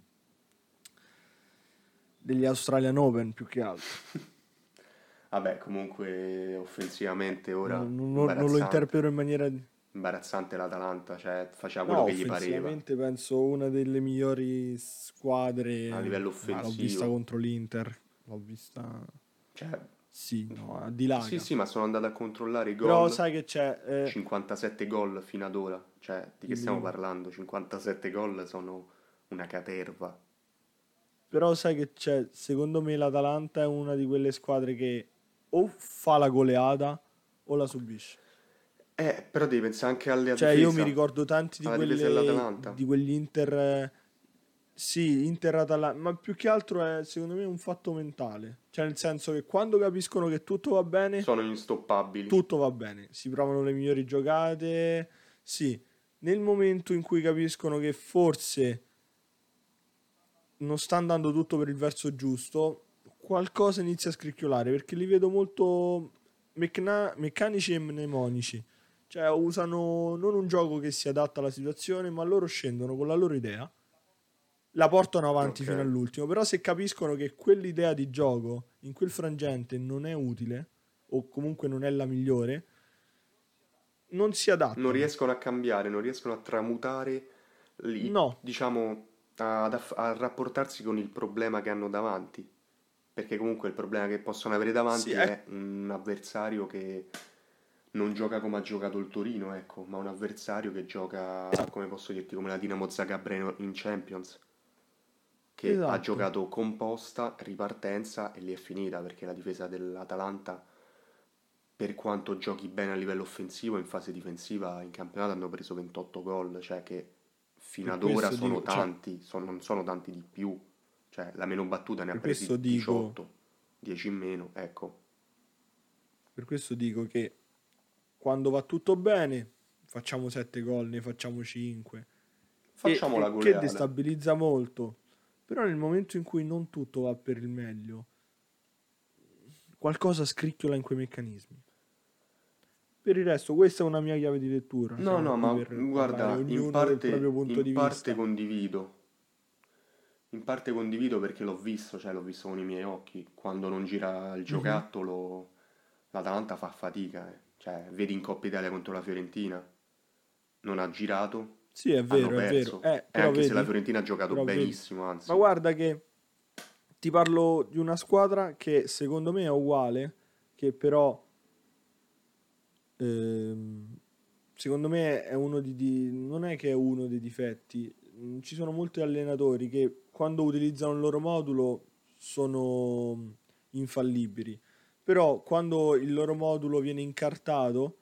Speaker 1: degli Australian Open più che altro.
Speaker 2: Vabbè, comunque offensivamente ora
Speaker 1: Non, non- non lo
Speaker 2: imbarazzante.
Speaker 1: interpreto in maniera...
Speaker 2: Imbarazzante l'Atalanta, cioè faceva
Speaker 1: No,
Speaker 2: quello che gli pareva
Speaker 1: offensivamente penso una delle migliori
Speaker 2: a
Speaker 1: squadre.
Speaker 2: livello
Speaker 1: Ma l'ho vista
Speaker 2: offensivo.
Speaker 1: contro l'Inter. L'ho vista...
Speaker 2: Cioè,
Speaker 1: Sì, no, a di
Speaker 2: sì,
Speaker 1: laga.
Speaker 2: sì, ma sono andato a controllare i
Speaker 1: Però
Speaker 2: gol.
Speaker 1: sai che c'è... eh,
Speaker 2: cinquantasette gol fino ad ora. Cioè, di che stiamo
Speaker 1: il-
Speaker 2: parlando? cinquantasette gol sono una caterva.
Speaker 1: Però sai che c'è... Secondo me l'Atalanta è una di quelle squadre che o fa la goleada o la subisce.
Speaker 2: Eh, però devi pensare anche alla
Speaker 1: Cioè io mi
Speaker 2: difesa.
Speaker 1: ricordo tanti di
Speaker 2: Alla difesa
Speaker 1: quelle...
Speaker 2: dell'Atalanta.
Speaker 1: di quegli Inter... eh, Sì, Inter-Atalanta, ma più che altro è secondo me un fatto mentale. Cioè nel senso che quando capiscono che tutto va bene,
Speaker 2: Sono instoppabili.
Speaker 1: tutto va bene. Si provano le migliori giocate. Sì, nel momento in cui capiscono che forse non sta andando tutto per il verso giusto, qualcosa inizia a scricchiolare perché li vedo molto mecna- meccanici e mnemonici. Cioè usano non un gioco che si adatta alla situazione, ma loro scendono con la loro idea, la portano avanti
Speaker 2: Ok.
Speaker 1: fino all'ultimo. Però se capiscono che quell'idea di gioco in quel frangente non è utile, o comunque non è la migliore, non si
Speaker 2: Non
Speaker 1: adattano.
Speaker 2: riescono a cambiare, non riescono a tramutare, li-
Speaker 1: No,
Speaker 2: diciamo, ad aff- a rapportarsi con il problema che hanno davanti. Perché comunque il problema che possono avere
Speaker 1: sì,
Speaker 2: davanti
Speaker 1: è
Speaker 2: è un avversario che non gioca come ha giocato il Torino, ecco, ma un avversario che gioca, come posso dirti, come la Dinamo Zagabria in Champions, che ha
Speaker 1: esatto.
Speaker 2: giocato composta, ripartenza e lì è finita, perché la difesa dell'Atalanta, per quanto giochi bene a livello offensivo, in fase difensiva in campionato hanno preso ventotto gol, cioè che fino
Speaker 1: Per
Speaker 2: ad ora
Speaker 1: questo
Speaker 2: sono
Speaker 1: dico, cioè,
Speaker 2: tanti, sono- non sono tanti di più, cioè la meno battuta ne ha
Speaker 1: per questo
Speaker 2: presi
Speaker 1: dico,
Speaker 2: diciotto, dieci in meno, ecco.
Speaker 1: per questo dico che quando va tutto bene, facciamo sette gol, ne facciamo cinque. E,
Speaker 2: Facciamo la
Speaker 1: e che
Speaker 2: goleada.
Speaker 1: destabilizza molto. Però nel momento in cui non tutto va per il meglio, qualcosa scricchiola in quei meccanismi. Per il resto, questa è una mia chiave di lettura.
Speaker 2: No,
Speaker 1: Siamo
Speaker 2: no,
Speaker 1: qui
Speaker 2: ma
Speaker 1: per parlare
Speaker 2: guarda, in
Speaker 1: ognuno del proprio
Speaker 2: parte,
Speaker 1: punto di
Speaker 2: in parte
Speaker 1: vista.
Speaker 2: condivido. In parte condivido perché l'ho visto, cioè l'ho visto con i miei occhi. Quando non gira il
Speaker 1: Mhm.
Speaker 2: giocattolo, l'Atalanta fa fatica. eh. Cioè, vedi in Coppa Italia contro la Fiorentina, non ha girato,
Speaker 1: Sì, è
Speaker 2: hanno
Speaker 1: vero, è vero.
Speaker 2: perso.
Speaker 1: Eh,
Speaker 2: E
Speaker 1: però
Speaker 2: anche se la
Speaker 1: vedi,
Speaker 2: Fiorentina ha giocato
Speaker 1: però vedi.
Speaker 2: benissimo,
Speaker 1: Ma
Speaker 2: anzi.
Speaker 1: guarda che ti parlo di una squadra che secondo me è uguale, che però ehm, secondo me è uno di, di- non è che è uno dei difetti. Mm, ci sono molti allenatori che quando utilizzano il loro modulo sono mm, infallibili, però quando il loro modulo viene incartato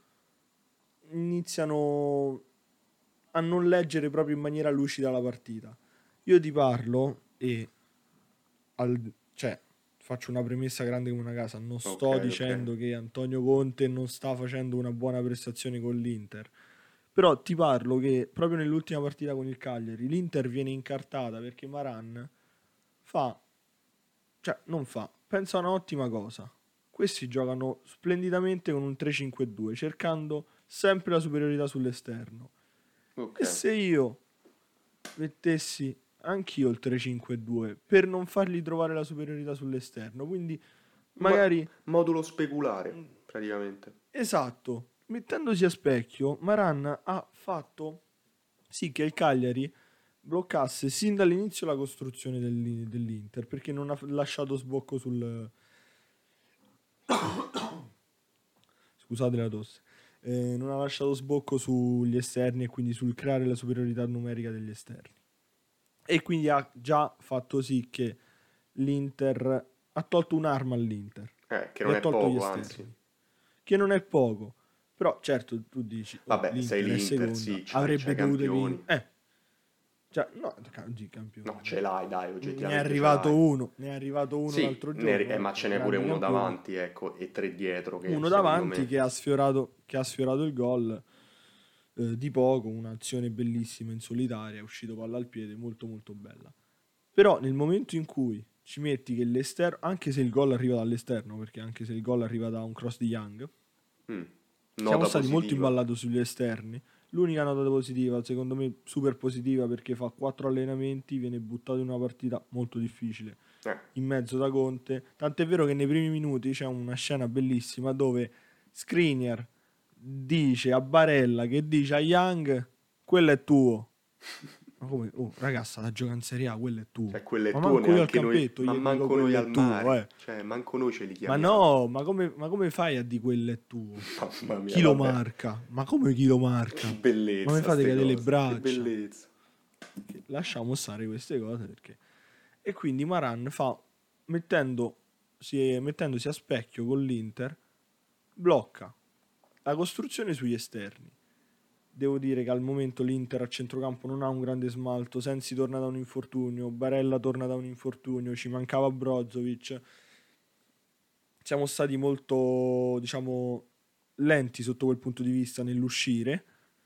Speaker 1: iniziano a non leggere proprio in maniera lucida la partita. Io ti parlo e al- cioè, faccio una premessa grande come una casa. Non
Speaker 2: Ok,
Speaker 1: sto
Speaker 2: ok.
Speaker 1: dicendo che Antonio Conte non sta facendo una buona prestazione con l'Inter. Però ti parlo che proprio nell'ultima partita con il Cagliari l'Inter viene incartata perché Maran fa, cioè non fa, pensa a un'ottima cosa. Questi giocano splendidamente con un tre cinque due, cercando sempre la superiorità sull'esterno.
Speaker 2: Ok.
Speaker 1: E se io mettessi anch'io il tre cinque due per non fargli trovare la superiorità sull'esterno, quindi
Speaker 2: Ma
Speaker 1: magari
Speaker 2: modulo speculare, praticamente.
Speaker 1: esatto, mettendosi a specchio, Maran ha fatto sì che il Cagliari bloccasse sin dall'inizio la costruzione dell'I- dell'Inter perché non ha f- lasciato sbocco sul scusate la tosse. Eh, non ha lasciato sbocco sugli esterni e quindi sul creare la superiorità numerica degli esterni. E quindi ha già fatto sì che l'Inter ha tolto un'arma all'Inter,
Speaker 2: Eh, che
Speaker 1: gli
Speaker 2: non
Speaker 1: ha
Speaker 2: è
Speaker 1: tolto gli
Speaker 2: poco, anzi.
Speaker 1: esterni, che non è poco. Però certo tu dici, oh,
Speaker 2: Vabbè, sei
Speaker 1: l'Inter è
Speaker 2: l'Inter,
Speaker 1: seconda,
Speaker 2: sì, c'hai,
Speaker 1: avrebbe
Speaker 2: c'hai
Speaker 1: dovuto
Speaker 2: campioni.
Speaker 1: vincere. Eh, cioè, no, di
Speaker 2: No,
Speaker 1: campioni.
Speaker 2: ce l'hai, dai,
Speaker 1: Ne è
Speaker 2: oggettivamente ce
Speaker 1: arrivato
Speaker 2: l'hai.
Speaker 1: uno, ne è arrivato uno
Speaker 2: Sì,
Speaker 1: l'altro
Speaker 2: ne-
Speaker 1: giorno,
Speaker 2: eh,
Speaker 1: eh,
Speaker 2: ma ce n'è pure
Speaker 1: grandi
Speaker 2: uno
Speaker 1: campioni.
Speaker 2: davanti, ecco, e tre dietro, che
Speaker 1: Uno
Speaker 2: secondo
Speaker 1: davanti
Speaker 2: me...
Speaker 1: che ha sfiorato, che ha sfiorato il gol eh, di poco, un'azione bellissima in solitaria, è uscito palla al piede, molto molto bella. Però nel momento in cui ci metti che l'esterno, anche se il gol arriva dall'esterno, perché anche se il gol arriva da un cross di Young,
Speaker 2: mm,
Speaker 1: siamo
Speaker 2: nota
Speaker 1: stati molto
Speaker 2: positiva.
Speaker 1: imballati sugli esterni. L'unica nota positiva, secondo me super positiva, perché fa quattro allenamenti, viene buttato in una partita molto difficile,
Speaker 2: Eh,
Speaker 1: in mezzo da Conte. Tant'è vero che nei primi minuti c'è una scena bellissima dove Skriniar dice a Barella che dice a Young quello è tuo. Ma come? Oh, ragazza, la gioca in Serie A, quello è tuo.
Speaker 2: cioè, quello è
Speaker 1: Ma
Speaker 2: tuo,
Speaker 1: manco io al
Speaker 2: neanche noi,
Speaker 1: campetto
Speaker 2: ma
Speaker 1: gli dico
Speaker 2: manco noi
Speaker 1: quello
Speaker 2: al
Speaker 1: è tuo,
Speaker 2: mare.
Speaker 1: eh.
Speaker 2: Cioè, manco noi ce li
Speaker 1: Ma
Speaker 2: chiamiamo.
Speaker 1: no, ma come, ma come fai a di quello è tuo?
Speaker 2: Mamma mia,
Speaker 1: Chi lo
Speaker 2: vabbè.
Speaker 1: marca? Ma come chi lo marca?
Speaker 2: Che
Speaker 1: Ma mi
Speaker 2: bellezza
Speaker 1: fate
Speaker 2: ste
Speaker 1: cadere le
Speaker 2: cose, che
Speaker 1: braccia?
Speaker 2: bellezza.
Speaker 1: Che lasciamo stare queste cose perché... E quindi Maran fa, mettendosi, mettendosi a specchio con l'Inter, blocca la costruzione sugli esterni. Devo dire che al momento l'Inter a centrocampo non ha un grande smalto. Sensi torna da un infortunio, Barella torna da un infortunio, ci mancava Brozovic. Siamo stati molto, diciamo, lenti sotto quel punto di vista nell'uscire.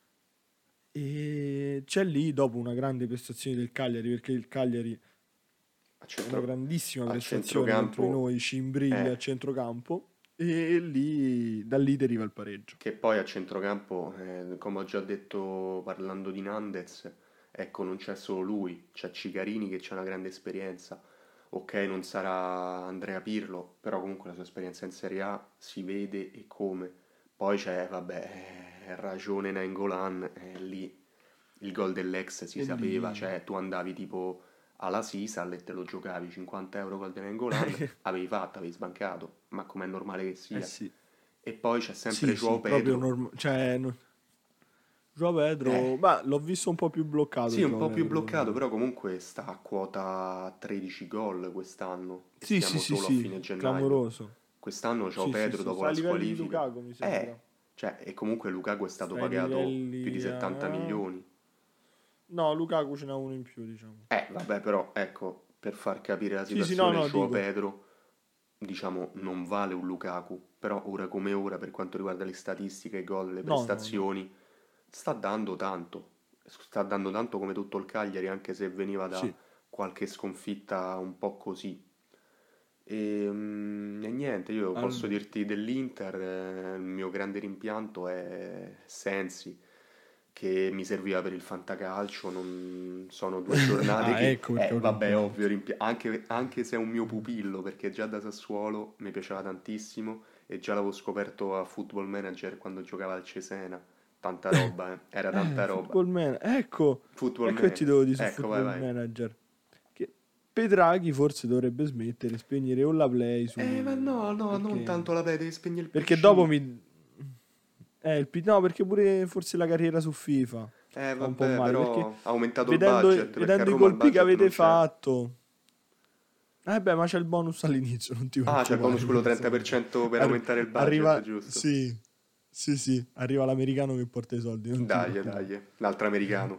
Speaker 1: E c'è lì dopo una grande prestazione del Cagliari, perché il Cagliari
Speaker 2: A,
Speaker 1: è una
Speaker 2: centro,
Speaker 1: grandissima
Speaker 2: a
Speaker 1: prestazione contro di
Speaker 2: centrocampo,
Speaker 1: noi, ci imbriglia a
Speaker 2: eh,
Speaker 1: centrocampo. E lì, da lì deriva il pareggio.
Speaker 2: Che poi a centrocampo, eh, come ho già detto parlando di Nandez, ecco, non c'è solo lui, c'è Cicarini che c'ha una grande esperienza. Ok, non sarà Andrea Pirlo, però comunque la sua esperienza in Serie A si vede e come. Poi c'è, vabbè, eh, ragione Nainggolan, eh, lì il gol dell'ex si
Speaker 1: E
Speaker 2: sapeva,
Speaker 1: lì...
Speaker 2: cioè tu andavi tipo alla Sisal e te lo giocavi cinquanta euro gol di Nainggolan, avevi fatto, avevi sbancato, ma com'è normale che
Speaker 1: Eh
Speaker 2: sia.
Speaker 1: sì,
Speaker 2: E poi c'è sempre
Speaker 1: sì,
Speaker 2: Joao
Speaker 1: sì, proprio
Speaker 2: Pedro.
Speaker 1: normale. Cioè, no- Joao
Speaker 2: Eh,
Speaker 1: Pedro, ma l'ho visto un po' più
Speaker 2: sì,
Speaker 1: bloccato
Speaker 2: un
Speaker 1: Joao
Speaker 2: po' più
Speaker 1: Pedro per
Speaker 2: bloccato,
Speaker 1: me.
Speaker 2: però comunque sta a quota tredici gol quest'anno e
Speaker 1: Sì, sì,
Speaker 2: siamo
Speaker 1: sì,
Speaker 2: solo a
Speaker 1: sì,
Speaker 2: fine gennaio.
Speaker 1: cioè,
Speaker 2: Quest'anno Joao
Speaker 1: sì, sì,
Speaker 2: Pedro
Speaker 1: sì,
Speaker 2: dopo
Speaker 1: sta a
Speaker 2: la
Speaker 1: livelli di
Speaker 2: squalifica.
Speaker 1: Lukaku, mi
Speaker 2: Eh,
Speaker 1: sembra.
Speaker 2: cioè, e comunque Lukaku è stato
Speaker 1: Sta ai
Speaker 2: pagato più di
Speaker 1: livelli...
Speaker 2: settanta
Speaker 1: eh,
Speaker 2: milioni.
Speaker 1: No, Lukaku ce n'ha uno in più, diciamo.
Speaker 2: Eh, vabbè, però, ecco, per far capire la
Speaker 1: Sì, sì, no,
Speaker 2: situazione,
Speaker 1: no,
Speaker 2: Joao
Speaker 1: dico.
Speaker 2: Pedro, diciamo, non vale un Lukaku, però ora come ora, per quanto riguarda le statistiche, i gol, le
Speaker 1: No, no, no.
Speaker 2: prestazioni, sta dando tanto. Sta dando tanto come tutto il Cagliari, anche se veniva da
Speaker 1: Sì.
Speaker 2: qualche sconfitta un po' così. E, mm, e niente, io posso
Speaker 1: Al-
Speaker 2: dirti dell'Inter, eh, il mio grande rimpianto è Sensi, che mi serviva per il fantacalcio, non sono due giornate
Speaker 1: Ah,
Speaker 2: che,
Speaker 1: ecco perché
Speaker 2: eh,
Speaker 1: è un
Speaker 2: vabbè, ovvio,
Speaker 1: rimpianto.
Speaker 2: rimpi- anche, anche se è un mio pupillo, perché già da Sassuolo mi piaceva tantissimo e già l'avevo scoperto a Football Manager quando giocava al Cesena, tanta roba, eh, era
Speaker 1: Eh,
Speaker 2: tanta roba.
Speaker 1: Football Man, ecco,
Speaker 2: Football
Speaker 1: ecco che ti
Speaker 2: Manager,
Speaker 1: devo dire su
Speaker 2: ecco, vai,
Speaker 1: Football
Speaker 2: vai.
Speaker 1: Manager. Che Pedraghi forse dovrebbe smettere, spegnere o la play
Speaker 2: Eh, ma no,
Speaker 1: su...
Speaker 2: no, non
Speaker 1: Perché...
Speaker 2: tanto la vede, spegne il
Speaker 1: Perché dopo
Speaker 2: P C.
Speaker 1: mi... Eh, il P- no, perché pure forse la carriera su FIFA
Speaker 2: Eh,
Speaker 1: fa un po'
Speaker 2: vabbè,
Speaker 1: male, perché
Speaker 2: però ha aumentato il
Speaker 1: vedendo,
Speaker 2: budget, perché a
Speaker 1: vedendo i
Speaker 2: Roma il
Speaker 1: colpi che
Speaker 2: budget non
Speaker 1: avete
Speaker 2: c'è.
Speaker 1: fatto... Eh beh, ma c'è il bonus all'inizio, non ti
Speaker 2: Ah, c'è il bonus
Speaker 1: preoccupare,
Speaker 2: quello
Speaker 1: questo non c'è.
Speaker 2: trenta per cento per
Speaker 1: Arri-
Speaker 2: aumentare il budget,
Speaker 1: arriva...
Speaker 2: giusto?
Speaker 1: Sì, sì, sì, arriva l'americano che porta i soldi, non ti
Speaker 2: Dai,
Speaker 1: preoccupare.
Speaker 2: dai, l'altro americano.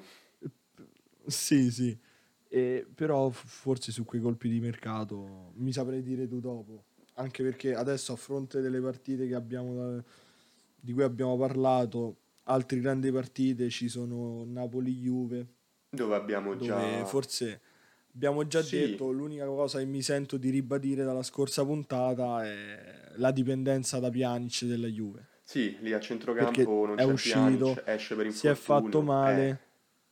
Speaker 1: Sì, sì. E, però f- forse su quei colpi di mercato mi saprei dire tu dopo. Anche perché adesso a fronte delle partite che abbiamo da- di cui abbiamo parlato, altre grandi partite ci sono Napoli-Juve,
Speaker 2: Dove abbiamo
Speaker 1: dove
Speaker 2: già...
Speaker 1: forse abbiamo già
Speaker 2: Sì,
Speaker 1: detto, l'unica cosa che mi sento di ribadire dalla scorsa puntata è la dipendenza da Pjanic della Juve.
Speaker 2: sì, lì a
Speaker 1: Perché
Speaker 2: centrocampo non
Speaker 1: è
Speaker 2: c'è Pjanic,
Speaker 1: uscito,
Speaker 2: esce per
Speaker 1: si è fatto
Speaker 2: infortunio. Eh,
Speaker 1: male.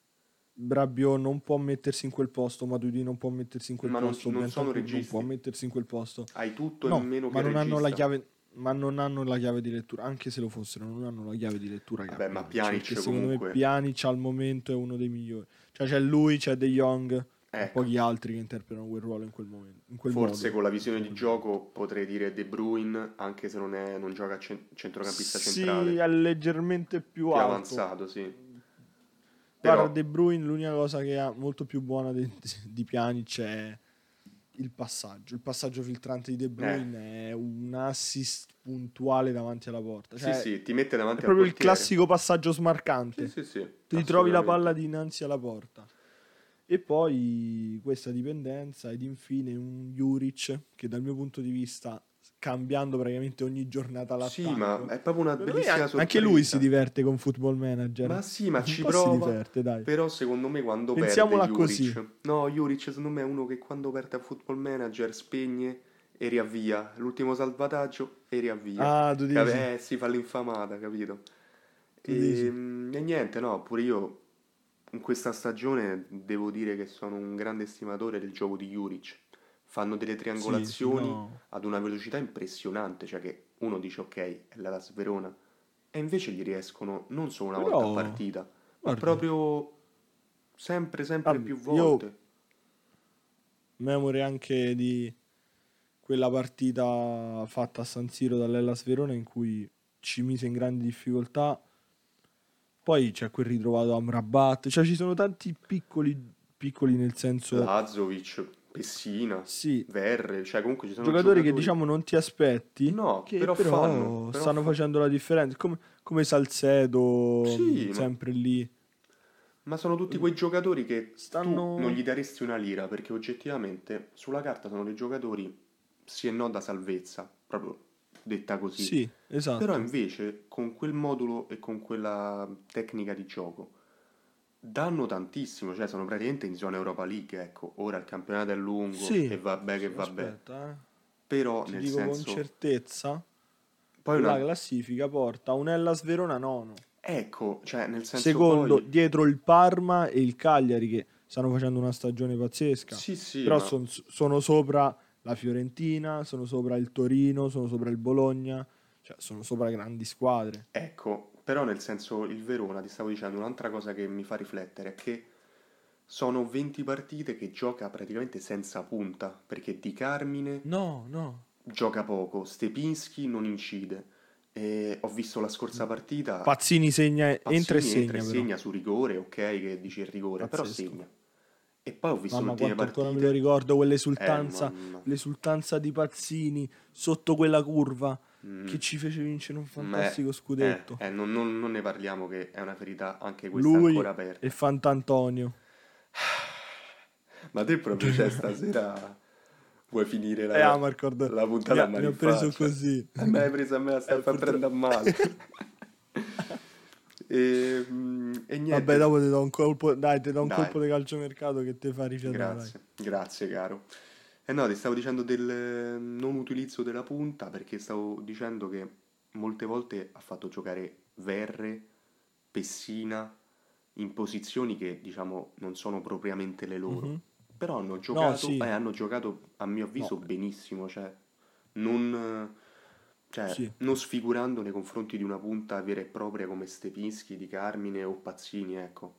Speaker 1: Rabiot non può mettersi in quel posto, Matuidi non può mettersi in quel
Speaker 2: ma non,
Speaker 1: posto,
Speaker 2: non sono
Speaker 1: Bentancur non può
Speaker 2: registi.
Speaker 1: mettersi in quel posto.
Speaker 2: Hai tutto e
Speaker 1: No,
Speaker 2: meno che
Speaker 1: ma non hanno la
Speaker 2: regista.
Speaker 1: chiave, ma non hanno la chiave di lettura, anche se lo fossero, non hanno la chiave di lettura che ha
Speaker 2: Vabbè, ma
Speaker 1: Pjanic, perché
Speaker 2: Pjanic
Speaker 1: secondo me
Speaker 2: comunque...
Speaker 1: Pjanic al momento è uno dei migliori. Cioè c'è lui, c'è De Jong e
Speaker 2: Ecco,
Speaker 1: pochi altri che interpretano quel ruolo in quel momento, in quel
Speaker 2: forse
Speaker 1: modo.
Speaker 2: con la
Speaker 1: In
Speaker 2: visione
Speaker 1: quel
Speaker 2: di
Speaker 1: modo.
Speaker 2: gioco potrei dire De Bruyne, anche se non, è, non gioca a cen- centrocampista
Speaker 1: Sì,
Speaker 2: centrale.
Speaker 1: è leggermente più
Speaker 2: Più
Speaker 1: alto.
Speaker 2: avanzato, sì.
Speaker 1: Guarda,
Speaker 2: Però
Speaker 1: De Bruyne l'unica cosa che ha molto più buona di, di Pjanic è il passaggio. Il passaggio filtrante di De
Speaker 2: Eh,
Speaker 1: Bruyne è un assist puntuale davanti alla porta.
Speaker 2: sì,
Speaker 1: Cioè,
Speaker 2: sì, ti mette
Speaker 1: è
Speaker 2: davanti al
Speaker 1: proprio il
Speaker 2: portiere.
Speaker 1: classico passaggio
Speaker 2: Sì,
Speaker 1: smarcante.
Speaker 2: sì, sì,
Speaker 1: Ti ritrovi la palla
Speaker 2: assolutamente.
Speaker 1: dinanzi alla porta. E poi questa dipendenza ed infine un Juric che dal mio punto di vista, cambiando praticamente ogni giornata
Speaker 2: Sì, ma
Speaker 1: l'attacco,
Speaker 2: è proprio una
Speaker 1: secondo me
Speaker 2: bellissima
Speaker 1: an- anche lui si
Speaker 2: sorpresa.
Speaker 1: diverte con Football Manager.
Speaker 2: Ma sì, ma
Speaker 1: Un
Speaker 2: ci
Speaker 1: po' si
Speaker 2: prova.
Speaker 1: diverte, dai.
Speaker 2: Però secondo me quando perde
Speaker 1: Pensiamola così.
Speaker 2: Juric... No, Juric secondo me è uno che quando perde a Football Manager spegne e riavvia. L'ultimo salvataggio e riavvia.
Speaker 1: Ah, tu
Speaker 2: Cap-
Speaker 1: dici?
Speaker 2: Eh, si fa l'infamata, capito?
Speaker 1: Tu
Speaker 2: E,
Speaker 1: dici?
Speaker 2: e niente, no, pure io in questa stagione devo dire che sono un grande estimatore del gioco di Juric. Fanno delle
Speaker 1: Sì, sì,
Speaker 2: triangolazioni
Speaker 1: no.
Speaker 2: ad una velocità impressionante, cioè che uno dice ok, è la Las Verona, e invece gli riescono non solo una volta a
Speaker 1: Però,
Speaker 2: partita, ma
Speaker 1: guarda,
Speaker 2: proprio sempre, sempre
Speaker 1: guarda,
Speaker 2: più
Speaker 1: io
Speaker 2: volte.
Speaker 1: memore anche di quella partita fatta a San Siro dall'Hellas Verona in cui ci mise in grandi difficoltà. Poi c'è quel ritrovato Amrabat, cioè ci sono tanti piccoli, piccoli nel senso,
Speaker 2: Lazovic, Pessina,
Speaker 1: sì,
Speaker 2: Verre, cioè comunque ci sono
Speaker 1: giocatori che
Speaker 2: giocatori...
Speaker 1: diciamo non ti aspetti,
Speaker 2: No,
Speaker 1: che
Speaker 2: però fanno,
Speaker 1: però
Speaker 2: però
Speaker 1: stanno
Speaker 2: fa...
Speaker 1: facendo la differenza, come, come Salcedo, mh,
Speaker 2: Sì, ma
Speaker 1: sempre lì.
Speaker 2: Ma sono tutti quei giocatori che tu non
Speaker 1: Stanno...
Speaker 2: gli daresti una lira perché oggettivamente sulla carta sono dei giocatori sì e no da salvezza, proprio detta così.
Speaker 1: Sì,
Speaker 2: Però
Speaker 1: esatto.
Speaker 2: invece con quel modulo e con quella tecnica di gioco danno tantissimo, cioè sono praticamente in zona Europa League, ecco. Ora il campionato è lungo
Speaker 1: Sì,
Speaker 2: e vabbè che
Speaker 1: sì,
Speaker 2: vabbè.
Speaker 1: aspetta, eh.
Speaker 2: Però
Speaker 1: Ti
Speaker 2: nel
Speaker 1: dico con
Speaker 2: senso,
Speaker 1: certezza,
Speaker 2: Poi
Speaker 1: la
Speaker 2: una...
Speaker 1: classifica porta un Hellas Verona nono.
Speaker 2: Ecco, cioè nel senso
Speaker 1: Secondo,
Speaker 2: poi...
Speaker 1: dietro il Parma e il Cagliari che stanno facendo una stagione pazzesca.
Speaker 2: Sì, sì,
Speaker 1: Però
Speaker 2: ma...
Speaker 1: son- sono sopra la Fiorentina, sono sopra il Torino, sono sopra il Bologna, cioè sono sopra grandi squadre.
Speaker 2: Ecco, però nel senso il Verona, ti stavo dicendo, un'altra cosa che mi fa riflettere è che sono venti partite che gioca praticamente senza punta, perché Di Carmine
Speaker 1: No, no.
Speaker 2: gioca poco, Stepinski non incide. E ho visto la scorsa partita,
Speaker 1: Pazzini segna, entra e
Speaker 2: Pazzini entra e
Speaker 1: segna però.
Speaker 2: segna su rigore, ok, che dici il rigore, però
Speaker 1: Pazzesco.
Speaker 2: segna. E poi ho visto le
Speaker 1: Mamma
Speaker 2: ultime
Speaker 1: quanto ancora me lo
Speaker 2: partite,
Speaker 1: ricordo,
Speaker 2: eh,
Speaker 1: quell'esultanza,
Speaker 2: mamma,
Speaker 1: l'esultanza di Pazzini sotto quella curva
Speaker 2: mm,
Speaker 1: che ci fece vincere un
Speaker 2: ma è-
Speaker 1: fantastico
Speaker 2: eh,
Speaker 1: scudetto.
Speaker 2: eh, non, non- non ne parliamo che è una ferita anche questa
Speaker 1: Lui
Speaker 2: ancora
Speaker 1: e
Speaker 2: aperta.
Speaker 1: Fantantonio.
Speaker 2: Ma te proprio c'è stasera vuoi finire
Speaker 1: Eh, ah,
Speaker 2: la,
Speaker 1: mi ricordo,
Speaker 2: la
Speaker 1: mi
Speaker 2: puntata a
Speaker 1: ha, mi
Speaker 2: male
Speaker 1: ha
Speaker 2: in
Speaker 1: preso
Speaker 2: faccia?
Speaker 1: così.
Speaker 2: E me l'hai presa a me, la stai a
Speaker 1: Eh,
Speaker 2: far
Speaker 1: purtroppo...
Speaker 2: prendere a male. E, mm, e
Speaker 1: Vabbè,
Speaker 2: niente,
Speaker 1: dopo ti do un colpo, dai, ti do un
Speaker 2: dai,
Speaker 1: colpo di calciomercato che ti fa rifiatare, dai.
Speaker 2: grazie, grazie caro. E no, ti stavo dicendo del eh, non utilizzo della punta perché stavo dicendo che molte volte ha fatto giocare Verre, Pessina in posizioni che diciamo non sono propriamente le loro,
Speaker 1: Mhm.
Speaker 2: però hanno
Speaker 1: No,
Speaker 2: giocato, eh,
Speaker 1: sì,
Speaker 2: hanno giocato a mio avviso
Speaker 1: no,
Speaker 2: benissimo, cioè non, eh, cioè,
Speaker 1: sì,
Speaker 2: non sfigurando nei confronti di una punta vera e propria come Stepinski, Di Carmine o Pazzini, ecco.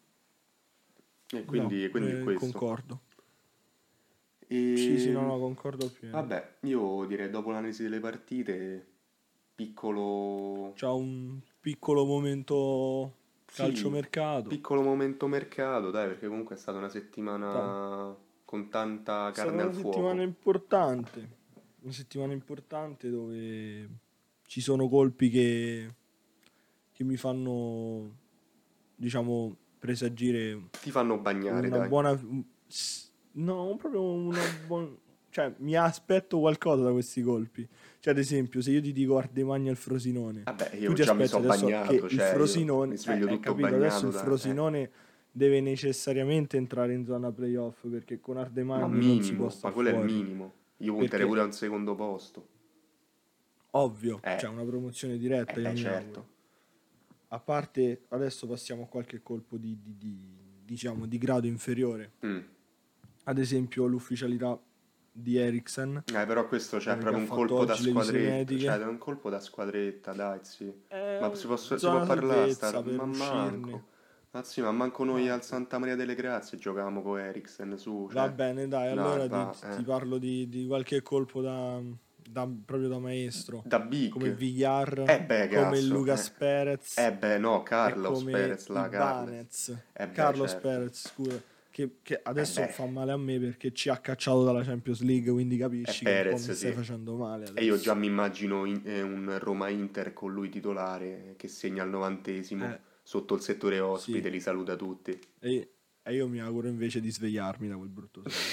Speaker 2: E
Speaker 1: no,
Speaker 2: quindi, quindi è
Speaker 1: eh,
Speaker 2: questo.
Speaker 1: concordo. Sì, sì, no,
Speaker 2: E
Speaker 1: no, concordo appieno.
Speaker 2: vabbè, io direi dopo l'analisi delle partite, piccolo...
Speaker 1: C'ha un piccolo momento
Speaker 2: Sì,
Speaker 1: calciomercato.
Speaker 2: piccolo momento mercato, dai, perché comunque è stata una
Speaker 1: Ta-
Speaker 2: settimana con tanta
Speaker 1: È stata
Speaker 2: carne al
Speaker 1: una settimana
Speaker 2: fuoco.
Speaker 1: importante. Una settimana importante dove ci sono colpi che, che mi fanno, diciamo, presagire
Speaker 2: Ti fanno bagnare,
Speaker 1: una
Speaker 2: dai.
Speaker 1: buona... No, proprio una buona... Cioè, mi aspetto qualcosa da questi colpi. Cioè, ad esempio, se io ti dico Ardemagna al Frosinone,
Speaker 2: Vabbè,
Speaker 1: tu
Speaker 2: io
Speaker 1: ti
Speaker 2: già mi
Speaker 1: aspetti
Speaker 2: so
Speaker 1: adesso che
Speaker 2: bagnato,
Speaker 1: il
Speaker 2: cioè io mi
Speaker 1: Frosinone... Eh,
Speaker 2: sveglio
Speaker 1: hai
Speaker 2: tutto
Speaker 1: capito, adesso
Speaker 2: bagnato
Speaker 1: il
Speaker 2: da... Eh.
Speaker 1: Frosinone deve necessariamente entrare in zona playoff perché con
Speaker 2: Ma
Speaker 1: Ardemagni non si può
Speaker 2: minimo, ma
Speaker 1: star
Speaker 2: quello è il
Speaker 1: fuori.
Speaker 2: minimo. Io punterei
Speaker 1: Perché,
Speaker 2: pure a un secondo posto.
Speaker 1: ovvio,
Speaker 2: Eh,
Speaker 1: c'è una promozione
Speaker 2: eh,
Speaker 1: diretta, io
Speaker 2: eh,
Speaker 1: mi
Speaker 2: certo.
Speaker 1: auguro. A parte, adesso passiamo a qualche colpo di, di- di- diciamo, di grado inferiore.
Speaker 2: Mm.
Speaker 1: Ad esempio, l'ufficialità di Eriksen,
Speaker 2: Eh, però questo c'è
Speaker 1: eh, che
Speaker 2: proprio
Speaker 1: ha
Speaker 2: un
Speaker 1: fatto
Speaker 2: colpo da
Speaker 1: oggi le visite
Speaker 2: squadretta, cioè
Speaker 1: mediche.
Speaker 2: è un colpo da squadretta, dai, sì. Ma
Speaker 1: È
Speaker 2: si, posso- si può
Speaker 1: zona
Speaker 2: parlare, sta...
Speaker 1: salvezza per
Speaker 2: ma
Speaker 1: uscirne.
Speaker 2: manco. Ma sì, ma manco noi al
Speaker 1: Manco.
Speaker 2: Santa Maria delle Grazie giocavamo con Eriksen su,
Speaker 1: Va
Speaker 2: cioè...
Speaker 1: bene, dai,
Speaker 2: Dai,
Speaker 1: allora ti,
Speaker 2: va,
Speaker 1: ti
Speaker 2: eh.
Speaker 1: parlo di, di qualche colpo da, da- proprio da maestro,
Speaker 2: Da Big.
Speaker 1: come Villar,
Speaker 2: Eh beh,
Speaker 1: come il
Speaker 2: cazzo, eh.
Speaker 1: Lucas Perez
Speaker 2: Eh beh, no,
Speaker 1: e
Speaker 2: Carlos
Speaker 1: come
Speaker 2: Perez, là, Carles.
Speaker 1: Ibanez.
Speaker 2: Eh beh,
Speaker 1: Carlos
Speaker 2: certo.
Speaker 1: Perez, scusa, che, che
Speaker 2: Eh
Speaker 1: adesso
Speaker 2: beh,
Speaker 1: fa male a me perché ci ha cacciato dalla Champions League, quindi
Speaker 2: è
Speaker 1: capisci che un po'
Speaker 2: Perez,
Speaker 1: mi stai
Speaker 2: sì.
Speaker 1: facendo male
Speaker 2: E io già
Speaker 1: adesso.
Speaker 2: mi immagino in- eh, un Roma-Inter con lui titolare che segna al novantesimo
Speaker 1: Eh,
Speaker 2: sotto il settore ospite,
Speaker 1: sì,
Speaker 2: li saluta tutti.
Speaker 1: e, e io mi auguro invece di svegliarmi da quel brutto sonno.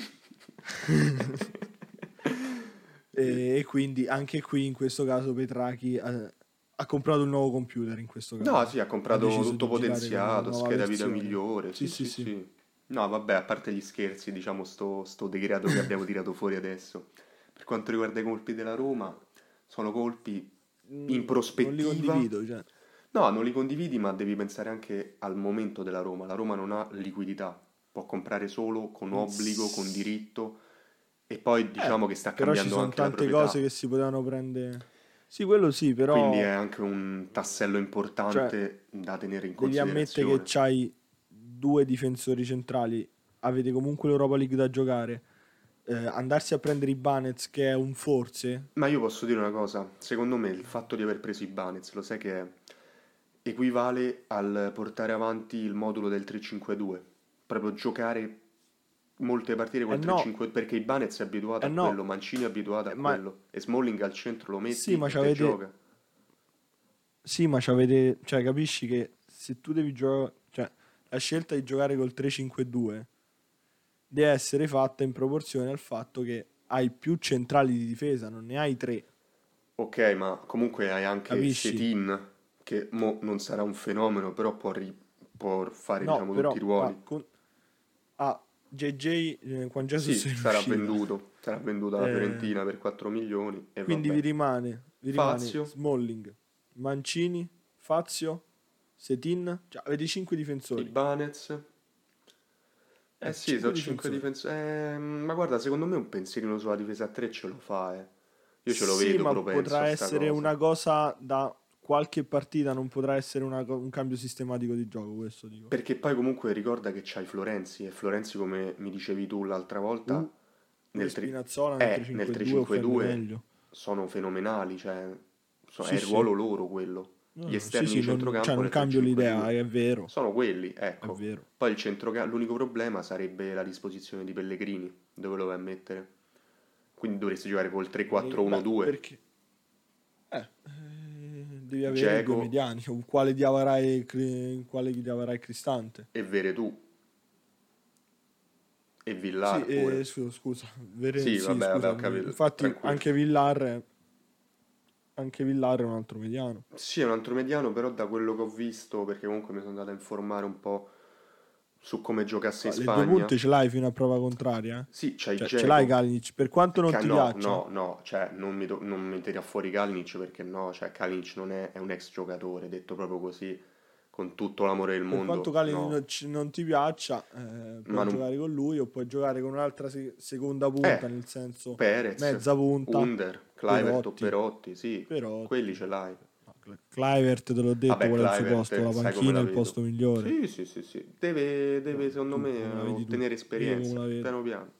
Speaker 1: E, e quindi anche qui in questo caso Petrachi ha, ha comprato un nuovo computer in questo
Speaker 2: No,
Speaker 1: caso.
Speaker 2: sì, ha
Speaker 1: Ha
Speaker 2: comprato
Speaker 1: deciso
Speaker 2: tutto
Speaker 1: di girare con una
Speaker 2: potenziato,
Speaker 1: nuova
Speaker 2: scheda video
Speaker 1: versione.
Speaker 2: migliore,
Speaker 1: Sì,
Speaker 2: sì,
Speaker 1: sì,
Speaker 2: sì,
Speaker 1: sì.
Speaker 2: sì. No, vabbè, a parte gli scherzi, diciamo, sto, sto degrado che abbiamo tirato fuori adesso. Per quanto riguarda i colpi della Roma, sono colpi in
Speaker 1: Mm, non li
Speaker 2: prospettiva.
Speaker 1: condivido, cioè.
Speaker 2: No, non li condividi, ma devi pensare anche al momento della Roma. La Roma non ha liquidità, può comprare solo con
Speaker 1: Mm,
Speaker 2: obbligo, con
Speaker 1: s-
Speaker 2: diritto, e poi
Speaker 1: Eh,
Speaker 2: diciamo che sta
Speaker 1: però ci
Speaker 2: cambiando
Speaker 1: sono
Speaker 2: anche la
Speaker 1: tante cose
Speaker 2: proprietà.
Speaker 1: che si potevano prendere. Sì, quello sì,
Speaker 2: Quindi è
Speaker 1: però
Speaker 2: anche un tassello
Speaker 1: cioè,
Speaker 2: importante da tenere in
Speaker 1: devi ammettere che
Speaker 2: considerazione.
Speaker 1: c'hai due difensori centrali, avete comunque l'Europa League da giocare. Eh, andarsi a prendere Ibanez che è un forse.
Speaker 2: Ma io posso dire una cosa, secondo me il fatto di aver preso i Banez, lo sai che è? Equivale al portare avanti il modulo del tre cinque due, proprio giocare molte partite
Speaker 1: Eh
Speaker 2: col
Speaker 1: no,
Speaker 2: tre cinque perché i Banez è abituato
Speaker 1: eh
Speaker 2: a
Speaker 1: no,
Speaker 2: quello, Mancini è abituato a
Speaker 1: eh, ma
Speaker 2: quello, e Smalling al centro lo
Speaker 1: sì,
Speaker 2: metti
Speaker 1: ma
Speaker 2: e te
Speaker 1: c'avete
Speaker 2: gioca.
Speaker 1: sì, ma c'avete, cioè capisci che se tu devi giocare, cioè la scelta di giocare col tre cinque due deve essere fatta in proporzione al fatto che hai più centrali di difesa, non ne hai tre,
Speaker 2: Ok, ma comunque hai anche
Speaker 1: capisci?
Speaker 2: Setin, che mo non sarà un fenomeno, però può, ri- può fare
Speaker 1: No,
Speaker 2: diciamo tutti i
Speaker 1: però
Speaker 2: ruoli.
Speaker 1: ah, con- ah, J J eh, Juan Jesus
Speaker 2: Sì,
Speaker 1: è in
Speaker 2: sarà
Speaker 1: uscita.
Speaker 2: venduto, sarà venduto alla
Speaker 1: Eh,
Speaker 2: Fiorentina per quattro milioni e
Speaker 1: quindi
Speaker 2: vabbè.
Speaker 1: vi rimane, vi rimane
Speaker 2: Fazio,
Speaker 1: Smalling, Mancini, Fazio, Setin. Cioè, avete cinque difensori.
Speaker 2: Ibanez. Eh
Speaker 1: Eh,
Speaker 2: sì,
Speaker 1: cinque
Speaker 2: sono cinque
Speaker 1: difensori.
Speaker 2: difensori. Eh, ma guarda, secondo me un pensierino sulla difesa a tre ce lo fa, eh. Io ce lo
Speaker 1: Sì,
Speaker 2: vedo
Speaker 1: ma
Speaker 2: propenso a
Speaker 1: potrà
Speaker 2: sta
Speaker 1: essere
Speaker 2: cosa.
Speaker 1: una cosa da qualche partita, non potrà essere una co- un cambio sistematico di gioco, questo dico.
Speaker 2: Perché poi comunque ricorda che c'hai Florenzi e Florenzi, come mi dicevi tu l'altra volta,
Speaker 1: Uh, pure
Speaker 2: nel, tri-
Speaker 1: Spinazzola nel
Speaker 2: eh, nel
Speaker 1: tre cinque due offende
Speaker 2: tre cinque due
Speaker 1: meglio.
Speaker 2: sono fenomenali, cioè so- è
Speaker 1: Sì,
Speaker 2: il
Speaker 1: sì.
Speaker 2: ruolo loro quello.
Speaker 1: No,
Speaker 2: Gli
Speaker 1: no, sì,
Speaker 2: esterni di
Speaker 1: sì, non, cioè,
Speaker 2: centrocampo
Speaker 1: non
Speaker 2: nel
Speaker 1: cambio l'idea,
Speaker 2: tre cinque due
Speaker 1: è vero,
Speaker 2: sono quelli,
Speaker 1: è
Speaker 2: ecco.
Speaker 1: vero.
Speaker 2: Poi il centroca- l'unico problema sarebbe la disposizione di Pellegrini, dove lo vai a mettere. Quindi dovresti giocare col
Speaker 1: Pellegrini- Beh,
Speaker 2: tre quattro uno due.
Speaker 1: perché? Eh, eh, devi avere due
Speaker 2: Dzeko
Speaker 1: mediani, o quale di avrai, Cri- quale di avrai Cristante.
Speaker 2: e Veretù e
Speaker 1: Sì,
Speaker 2: Villar
Speaker 1: eh,
Speaker 2: pure.
Speaker 1: su- scusa, vere-
Speaker 2: Sì,
Speaker 1: sì,
Speaker 2: vabbè, vabbè,
Speaker 1: scusa,
Speaker 2: ho capito,
Speaker 1: infatti
Speaker 2: tranquillo.
Speaker 1: anche Villar, è- anche Villar è un altro mediano.
Speaker 2: Sì, è un altro mediano, però da quello che ho visto, perché comunque mi sono andato a informare un po' su come giocasse in
Speaker 1: Ah, le due
Speaker 2: Spagna.
Speaker 1: punte ce l'hai fino a prova contraria, eh?
Speaker 2: Sì, c'hai
Speaker 1: Cioè, ce l'hai
Speaker 2: Dzeko.
Speaker 1: Kalinic, per quanto non
Speaker 2: Ca-
Speaker 1: ti
Speaker 2: no,
Speaker 1: piaccia,
Speaker 2: no, no, cioè non mi, do- non mi tiri fuori Kalinic perché no, cioè Kalinic non è, è un ex giocatore, detto proprio così, con tutto l'amore del
Speaker 1: per quanto
Speaker 2: mondo,
Speaker 1: Kalinic
Speaker 2: no.
Speaker 1: non, ci- non ti piaccia, eh,
Speaker 2: Ma
Speaker 1: puoi
Speaker 2: non...
Speaker 1: giocare con lui o puoi giocare con un'altra se- seconda
Speaker 2: Eh,
Speaker 1: punta, nel senso
Speaker 2: Perez,
Speaker 1: mezza punta,
Speaker 2: Under, Kluivert o
Speaker 1: Perotti,
Speaker 2: Perotti, sì, quelli
Speaker 1: Perotti.
Speaker 2: ce l'hai.
Speaker 1: No, Cl- Kluivert, te l'ho detto,
Speaker 2: Vabbè,
Speaker 1: qual è il suo posto,
Speaker 2: Kluivert,
Speaker 1: la
Speaker 2: sai come
Speaker 1: panchina
Speaker 2: la
Speaker 1: è il
Speaker 2: vedo.
Speaker 1: posto migliore.
Speaker 2: Sì, sì, sì, sì. Deve,
Speaker 1: No,
Speaker 2: deve, secondo
Speaker 1: tu
Speaker 2: me,
Speaker 1: come la vedi tu?
Speaker 2: ottenere
Speaker 1: Io come
Speaker 2: esperienza,
Speaker 1: la vedo.
Speaker 2: piano piano.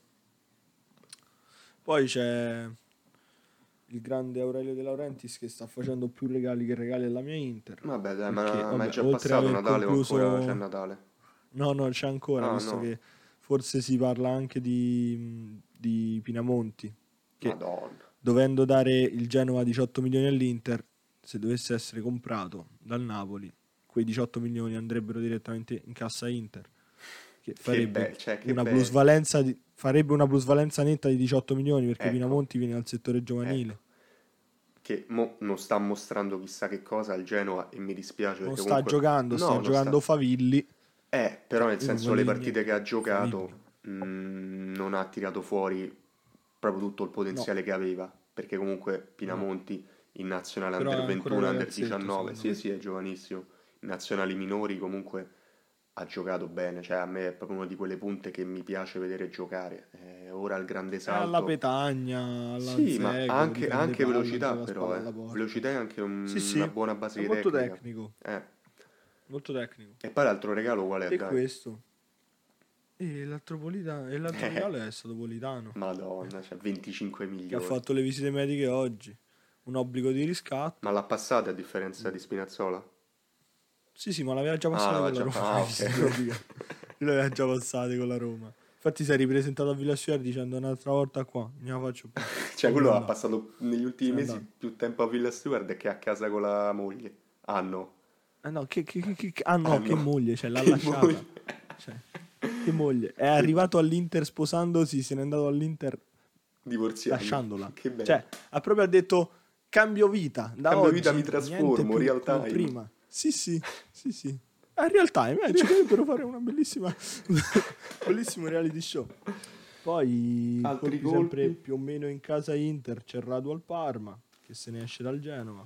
Speaker 1: Poi c'è il grande Aurelio De Laurentiis che sta facendo più regali che regali alla mia Inter.
Speaker 2: Vabbè, dai,
Speaker 1: Perché,
Speaker 2: ma, ma è
Speaker 1: vabbè,
Speaker 2: già
Speaker 1: oltre ad
Speaker 2: passato
Speaker 1: aver
Speaker 2: Natale o ancora c'è
Speaker 1: concluso...
Speaker 2: Natale?
Speaker 1: No, no, c'è ancora,
Speaker 2: Ah,
Speaker 1: visto
Speaker 2: no,
Speaker 1: che forse si parla anche di, di Pinamonti, che
Speaker 2: Madonna.
Speaker 1: dovendo dare il Genoa diciotto milioni all'Inter, se dovesse essere comprato dal Napoli, quei diciotto milioni andrebbero direttamente in cassa Inter, che
Speaker 2: Che
Speaker 1: farebbe
Speaker 2: bello, cioè, che
Speaker 1: una
Speaker 2: bello.
Speaker 1: plusvalenza di, farebbe una plusvalenza netta di diciotto milioni perché
Speaker 2: Ecco,
Speaker 1: Pinamonti viene dal settore
Speaker 2: ecco.
Speaker 1: giovanile.
Speaker 2: Che mo non sta mostrando chissà che cosa al Genoa e mi dispiace
Speaker 1: Non
Speaker 2: perché
Speaker 1: sta
Speaker 2: comunque...
Speaker 1: giocando,
Speaker 2: No,
Speaker 1: sta
Speaker 2: non sta...
Speaker 1: giocando Favilli.
Speaker 2: Eh, però
Speaker 1: Cioè,
Speaker 2: nel
Speaker 1: io non
Speaker 2: senso
Speaker 1: voglio
Speaker 2: le
Speaker 1: dire
Speaker 2: partite
Speaker 1: niente
Speaker 2: che ha
Speaker 1: di
Speaker 2: giocato
Speaker 1: Favilli.
Speaker 2: mh, non ha tirato fuori proprio tutto il
Speaker 1: No,
Speaker 2: potenziale che aveva, perché comunque
Speaker 1: no.
Speaker 2: Pinamonti in nazionale
Speaker 1: Però
Speaker 2: under
Speaker 1: è ancora
Speaker 2: ventuno, under
Speaker 1: ragazzetto,
Speaker 2: diciannove,
Speaker 1: secondo
Speaker 2: sì
Speaker 1: me.
Speaker 2: sì è giovanissimo, in nazionali minori comunque ha giocato bene, cioè a me è proprio una di quelle punte che mi piace vedere giocare. Eh, ora il grande
Speaker 1: È alla
Speaker 2: salto.
Speaker 1: petagna, alla
Speaker 2: Sì, ma ha
Speaker 1: Zego,
Speaker 2: anche, ha
Speaker 1: difende
Speaker 2: anche
Speaker 1: palla,
Speaker 2: velocità
Speaker 1: gioca a
Speaker 2: però,
Speaker 1: spalla
Speaker 2: eh.
Speaker 1: alla porta.
Speaker 2: Velocità e anche
Speaker 1: Sì,
Speaker 2: un- una
Speaker 1: sì,
Speaker 2: buona base
Speaker 1: è
Speaker 2: di
Speaker 1: molto
Speaker 2: tecnica.
Speaker 1: tecnico,
Speaker 2: Eh.
Speaker 1: molto tecnico.
Speaker 2: E poi l'altro regalo qual è,
Speaker 1: E
Speaker 2: dai?
Speaker 1: questo. E l'altro, Polita- e l'altro
Speaker 2: Eh,
Speaker 1: regalo è stato Politano,
Speaker 2: Madonna, cioè venticinque
Speaker 1: che ha
Speaker 2: milioni.
Speaker 1: fatto le visite mediche oggi. Un obbligo di
Speaker 2: Ma
Speaker 1: riscatto.
Speaker 2: l'ha passata a differenza di Spinazzola?
Speaker 1: Sì, sì, ma l'aveva già
Speaker 2: Ah,
Speaker 1: passate
Speaker 2: l'aveva
Speaker 1: con la
Speaker 2: già
Speaker 1: Roma.
Speaker 2: fa- ah,
Speaker 1: le visite mediche.
Speaker 2: ok.
Speaker 1: Lui l'aveva già passate con la Roma. Infatti si è ripresentato a Villassuare dicendo un'altra volta qua, non la faccio più.
Speaker 2: Cioè,
Speaker 1: Se ne
Speaker 2: quello ha
Speaker 1: andò.
Speaker 2: passato negli ultimi
Speaker 1: Se n'è
Speaker 2: mesi
Speaker 1: andato.
Speaker 2: più tempo a Villa Stewart che a casa con la moglie. Ah no,
Speaker 1: Ah no, che, che- che- che- ah
Speaker 2: ah
Speaker 1: no, che
Speaker 2: no,
Speaker 1: moglie, cioè l'ha
Speaker 2: che
Speaker 1: lasciata.
Speaker 2: moglie.
Speaker 1: Cioè, che moglie. È
Speaker 2: Che
Speaker 1: arrivato all'Inter sposandosi, se n'è andato all'Inter
Speaker 2: divorziando.
Speaker 1: lasciandola.
Speaker 2: Che bello.
Speaker 1: Cioè, ha proprio detto cambio vita, da
Speaker 2: Cambio vita, mi
Speaker 1: oggi niente
Speaker 2: trasformo,
Speaker 1: più
Speaker 2: real
Speaker 1: come
Speaker 2: time.
Speaker 1: prima. Sì, sì, sì, sì. A real time, eh, ci dovrebbero fare una bellissima bellissimo reality show. Poi
Speaker 2: Altri
Speaker 1: colpi sempre
Speaker 2: colpi?
Speaker 1: più o meno in casa Inter, c'è Radu al Parma che se ne esce dal Genova.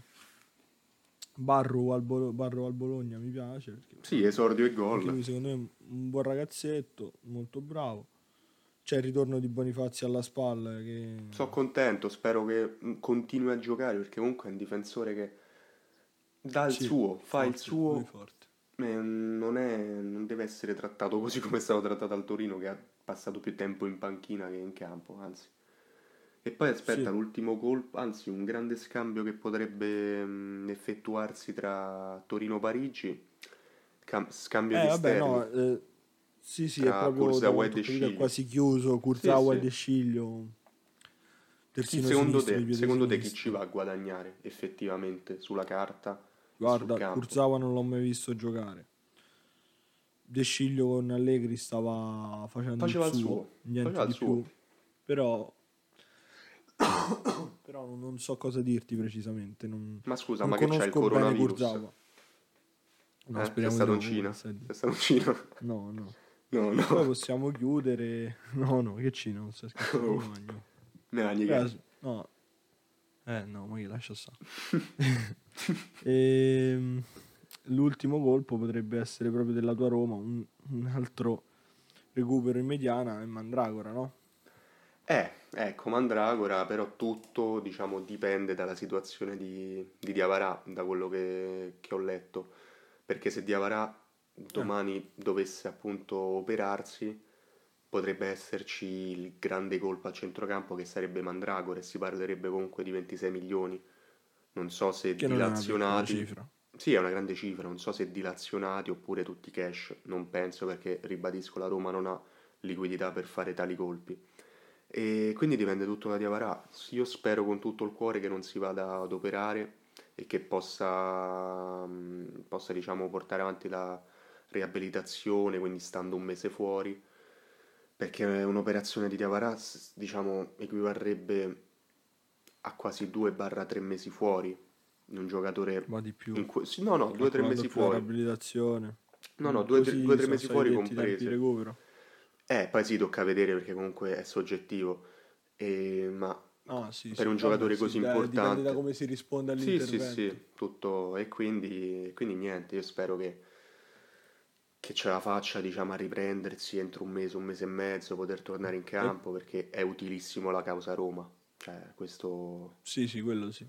Speaker 1: Barro al, Bolo- Barro al Bologna mi piace perché
Speaker 2: Sì, esordio e
Speaker 1: anche
Speaker 2: gol.
Speaker 1: lui secondo me è un un buon ragazzetto, molto bravo. C'è il ritorno di Bonifazzi alla spalla che
Speaker 2: Sono contento, spero che mm, continui a giocare perché comunque è un difensore che dà il
Speaker 1: sì,
Speaker 2: suo, fa il
Speaker 1: forte, lui
Speaker 2: suo,
Speaker 1: forte.
Speaker 2: eh, non è, non deve essere trattato così come è stato trattato al Torino che ha passato più tempo in panchina che in campo, anzi. E poi aspetta
Speaker 1: Sì.
Speaker 2: l'ultimo colpo, anzi un grande scambio che potrebbe mm, effettuarsi tra Torino-Parigi, cam- scambio
Speaker 1: Eh
Speaker 2: di
Speaker 1: vabbè
Speaker 2: esterni
Speaker 1: no, eh, sì sì è
Speaker 2: tra
Speaker 1: proprio da
Speaker 2: Kurzawa e
Speaker 1: quanto
Speaker 2: De
Speaker 1: ho capito è
Speaker 2: Sciglio.
Speaker 1: quasi chiuso,
Speaker 2: Sì,
Speaker 1: Kurzawa e
Speaker 2: sì.
Speaker 1: De Sciglio,
Speaker 2: Chi
Speaker 1: terzino
Speaker 2: secondo
Speaker 1: sinistro di
Speaker 2: te,
Speaker 1: piede
Speaker 2: secondo te chi ci
Speaker 1: sinistro.
Speaker 2: va a guadagnare effettivamente sulla carta e sul
Speaker 1: Guarda,
Speaker 2: campo?
Speaker 1: Kurzawa non l'ho mai visto giocare. De Sciglio con Allegri stava facendo il
Speaker 2: Faceva il
Speaker 1: suo,
Speaker 2: suo,
Speaker 1: niente
Speaker 2: faceva il
Speaker 1: di
Speaker 2: suo.
Speaker 1: più, però però non, non so cosa dirti precisamente, non,
Speaker 2: Ma scusa,
Speaker 1: non
Speaker 2: ma che c'è il
Speaker 1: conosco bene
Speaker 2: coronavirus?
Speaker 1: Kurzawa. No,
Speaker 2: Eh? Sei
Speaker 1: speriamo di
Speaker 2: stato
Speaker 1: no,
Speaker 2: in
Speaker 1: come
Speaker 2: Cina?
Speaker 1: stai a dire?
Speaker 2: Sei stato in Cina?
Speaker 1: No, no.
Speaker 2: No,
Speaker 1: E poi
Speaker 2: no.
Speaker 1: possiamo chiudere. No, no, che ci non sta scherzando.
Speaker 2: Oh,
Speaker 1: mi mangio.
Speaker 2: Meagna.
Speaker 1: Eh, no. Eh, no, ma che lascia stare. Ehm, L'ultimo colpo potrebbe essere proprio della tua Roma, un, un altro recupero in mediana e Mandragora, no?
Speaker 2: Eh, ecco, Mandragora, però tutto, diciamo, dipende dalla situazione di, di Diavarà, da quello che, che ho letto. Perché se Diavarà
Speaker 1: Eh,
Speaker 2: domani dovesse appunto operarsi, potrebbe esserci il grande colpo a centrocampo che sarebbe Mandragora e si parlerebbe comunque di ventisei milioni. Non so se
Speaker 1: che non è una piccola
Speaker 2: dilazionati.
Speaker 1: cifra.
Speaker 2: Sì, è una grande cifra, non so se dilazionati oppure tutti cash. Non penso perché, ribadisco, la Roma non ha liquidità per fare tali colpi. E quindi dipende tutto da Diavarà. Io spero con tutto il cuore che non si vada ad operare e che possa, mm, possa, diciamo, portare avanti la riabilitazione, quindi stando un mese fuori, perché un'operazione di Diavarà, s- diciamo, equivarrebbe a quasi due tre mesi fuori. Un giocatore
Speaker 1: Ma di più,
Speaker 2: in cui... sì, no, no, due tre
Speaker 1: calcolando
Speaker 2: mesi
Speaker 1: più la
Speaker 2: fuori.
Speaker 1: riabilitazione.
Speaker 2: No, no,
Speaker 1: Mm,
Speaker 2: due
Speaker 1: Così
Speaker 2: tre
Speaker 1: sono
Speaker 2: mesi
Speaker 1: stati
Speaker 2: fuori
Speaker 1: detti i tempi di
Speaker 2: comprese.
Speaker 1: recupero.
Speaker 2: Eh, poi sì, tocca vedere perché comunque è soggettivo. E- ma
Speaker 1: Ah, sì,
Speaker 2: per un
Speaker 1: sì, vabbè,
Speaker 2: giocatore
Speaker 1: sì,
Speaker 2: così
Speaker 1: dai, dipende da
Speaker 2: importante.
Speaker 1: come si risponde
Speaker 2: Sì, sì,
Speaker 1: all'intervento.
Speaker 2: sì, tutto. E quindi, quindi niente, io spero che, che ce la faccia, diciamo, a riprendersi entro un mese, un mese e mezzo, poter tornare in
Speaker 1: E,
Speaker 2: campo perché è utilissimo la causa Roma. Cioè, questo...
Speaker 1: sì, sì, quello sì.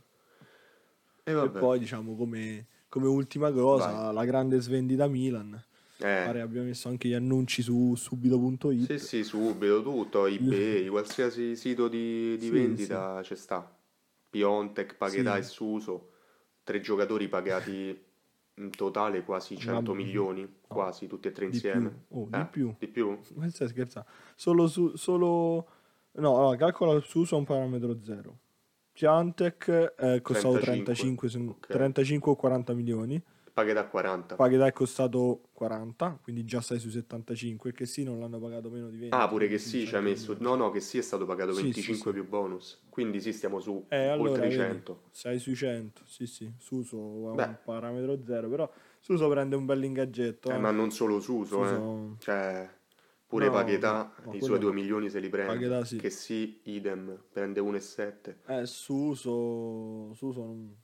Speaker 2: E
Speaker 1: E
Speaker 2: vabbè,
Speaker 1: poi, diciamo, come, come ultima
Speaker 2: vai.
Speaker 1: cosa, la grande svendita Milan.
Speaker 2: Eh,
Speaker 1: Pare abbiamo messo anche gli annunci su subito punto
Speaker 2: sì,
Speaker 1: it.
Speaker 2: sì, subito, tutto,
Speaker 1: Il-
Speaker 2: eBay, qualsiasi sito di, di
Speaker 1: Sì, sì,
Speaker 2: vendita c'è sta. Piontek, Paquetá e
Speaker 1: sì,
Speaker 2: Suso, tre giocatori pagati in totale quasi
Speaker 1: ma
Speaker 2: cento milioni,
Speaker 1: no,
Speaker 2: quasi, tutti e tre
Speaker 1: di più,
Speaker 2: insieme.
Speaker 1: oh, di
Speaker 2: Eh,
Speaker 1: più.
Speaker 2: di più?
Speaker 1: Ma stai scherzando? Solo su, solo... No, allora, calcola su su un parametro zero. Piantek è costato
Speaker 2: trentacinque,
Speaker 1: trentacinque, se-
Speaker 2: ok.
Speaker 1: trentacinque o quaranta milioni.
Speaker 2: Paquetá quaranta.
Speaker 1: Paghedà è costato quaranta, quindi già stai su settantacinque, che sì, non l'hanno pagato meno di
Speaker 2: Ah,
Speaker 1: venti,
Speaker 2: pure che
Speaker 1: quindi sì,
Speaker 2: sì, ci ha
Speaker 1: cento
Speaker 2: messo...
Speaker 1: milioni.
Speaker 2: No, no, che sì è stato pagato
Speaker 1: Sì, sì,
Speaker 2: venticinque
Speaker 1: sì.
Speaker 2: più bonus. Quindi sì, stiamo su
Speaker 1: Eh,
Speaker 2: oltre
Speaker 1: allora,
Speaker 2: i
Speaker 1: vedi,
Speaker 2: cento.
Speaker 1: sei sui cento, sì, sì. Suso è
Speaker 2: Beh,
Speaker 1: un parametro zero, però Suso prende un bel
Speaker 2: eh,
Speaker 1: ingaggetto, eh.
Speaker 2: ma non solo Suso, eh.
Speaker 1: Suso...
Speaker 2: Cioè, pure
Speaker 1: No, no,
Speaker 2: Paquetá
Speaker 1: no,
Speaker 2: i suoi
Speaker 1: quello
Speaker 2: due
Speaker 1: no.
Speaker 2: milioni se li prende.
Speaker 1: Paghedà sì.
Speaker 2: Che sì, idem, prende uno virgola sette.
Speaker 1: Eh, Suso... Suso non-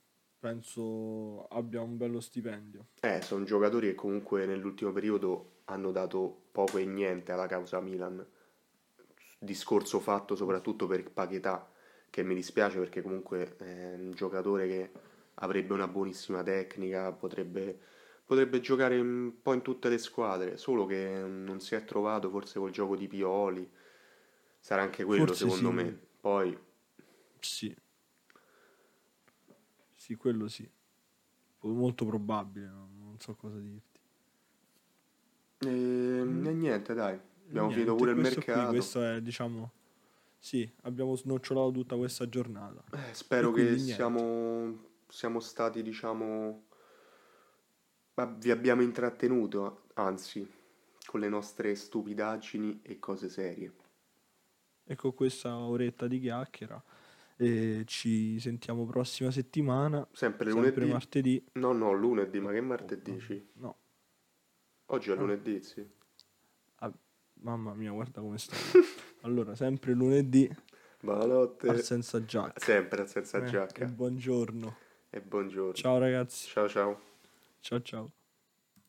Speaker 1: penso abbia un bello stipendio.
Speaker 2: Eh, sono giocatori che comunque nell'ultimo periodo hanno dato poco e niente alla causa Milan. Discorso fatto soprattutto per Paquetá, che mi dispiace perché comunque è un giocatore che avrebbe una buonissima tecnica, potrebbe, potrebbe giocare un po' in tutte le squadre, solo che non si è trovato forse col gioco di Pioli. Sarà anche quello
Speaker 1: Forse
Speaker 2: secondo
Speaker 1: sì,
Speaker 2: me. Poi,
Speaker 1: sì, sì, quello sì. Molto probabile, no? Non so cosa dirti.
Speaker 2: ehm,
Speaker 1: Mm,
Speaker 2: e niente, dai,
Speaker 1: E
Speaker 2: abbiamo finito
Speaker 1: niente,
Speaker 2: pure il
Speaker 1: questo qui,
Speaker 2: mercato.
Speaker 1: questo è, diciamo, sì, abbiamo snocciolato tutta questa giornata.
Speaker 2: Eh,
Speaker 1: E
Speaker 2: spero che
Speaker 1: quindi niente.
Speaker 2: siamo, siamo stati, diciamo, ma vi abbiamo intrattenuto, anzi, con le nostre stupidaggini e cose serie.
Speaker 1: E con questa oretta di chiacchiera e ci sentiamo prossima settimana,
Speaker 2: Sempre
Speaker 1: sempre
Speaker 2: lunedì?
Speaker 1: martedì.
Speaker 2: No, no, lunedì, ma
Speaker 1: No,
Speaker 2: che
Speaker 1: oh,
Speaker 2: martedì?
Speaker 1: mamma,
Speaker 2: Ci?
Speaker 1: no.
Speaker 2: Oggi è
Speaker 1: Ah,
Speaker 2: lunedì, sì.
Speaker 1: ah, mamma mia, guarda come sto. mo. Allora, sempre lunedì al
Speaker 2: Buonanotte.
Speaker 1: senza giacca.
Speaker 2: Sempre senza
Speaker 1: Eh, e
Speaker 2: giacca.
Speaker 1: buongiorno.
Speaker 2: E buongiorno.
Speaker 1: Ciao ragazzi.
Speaker 2: Ciao ciao.
Speaker 1: Ciao ciao.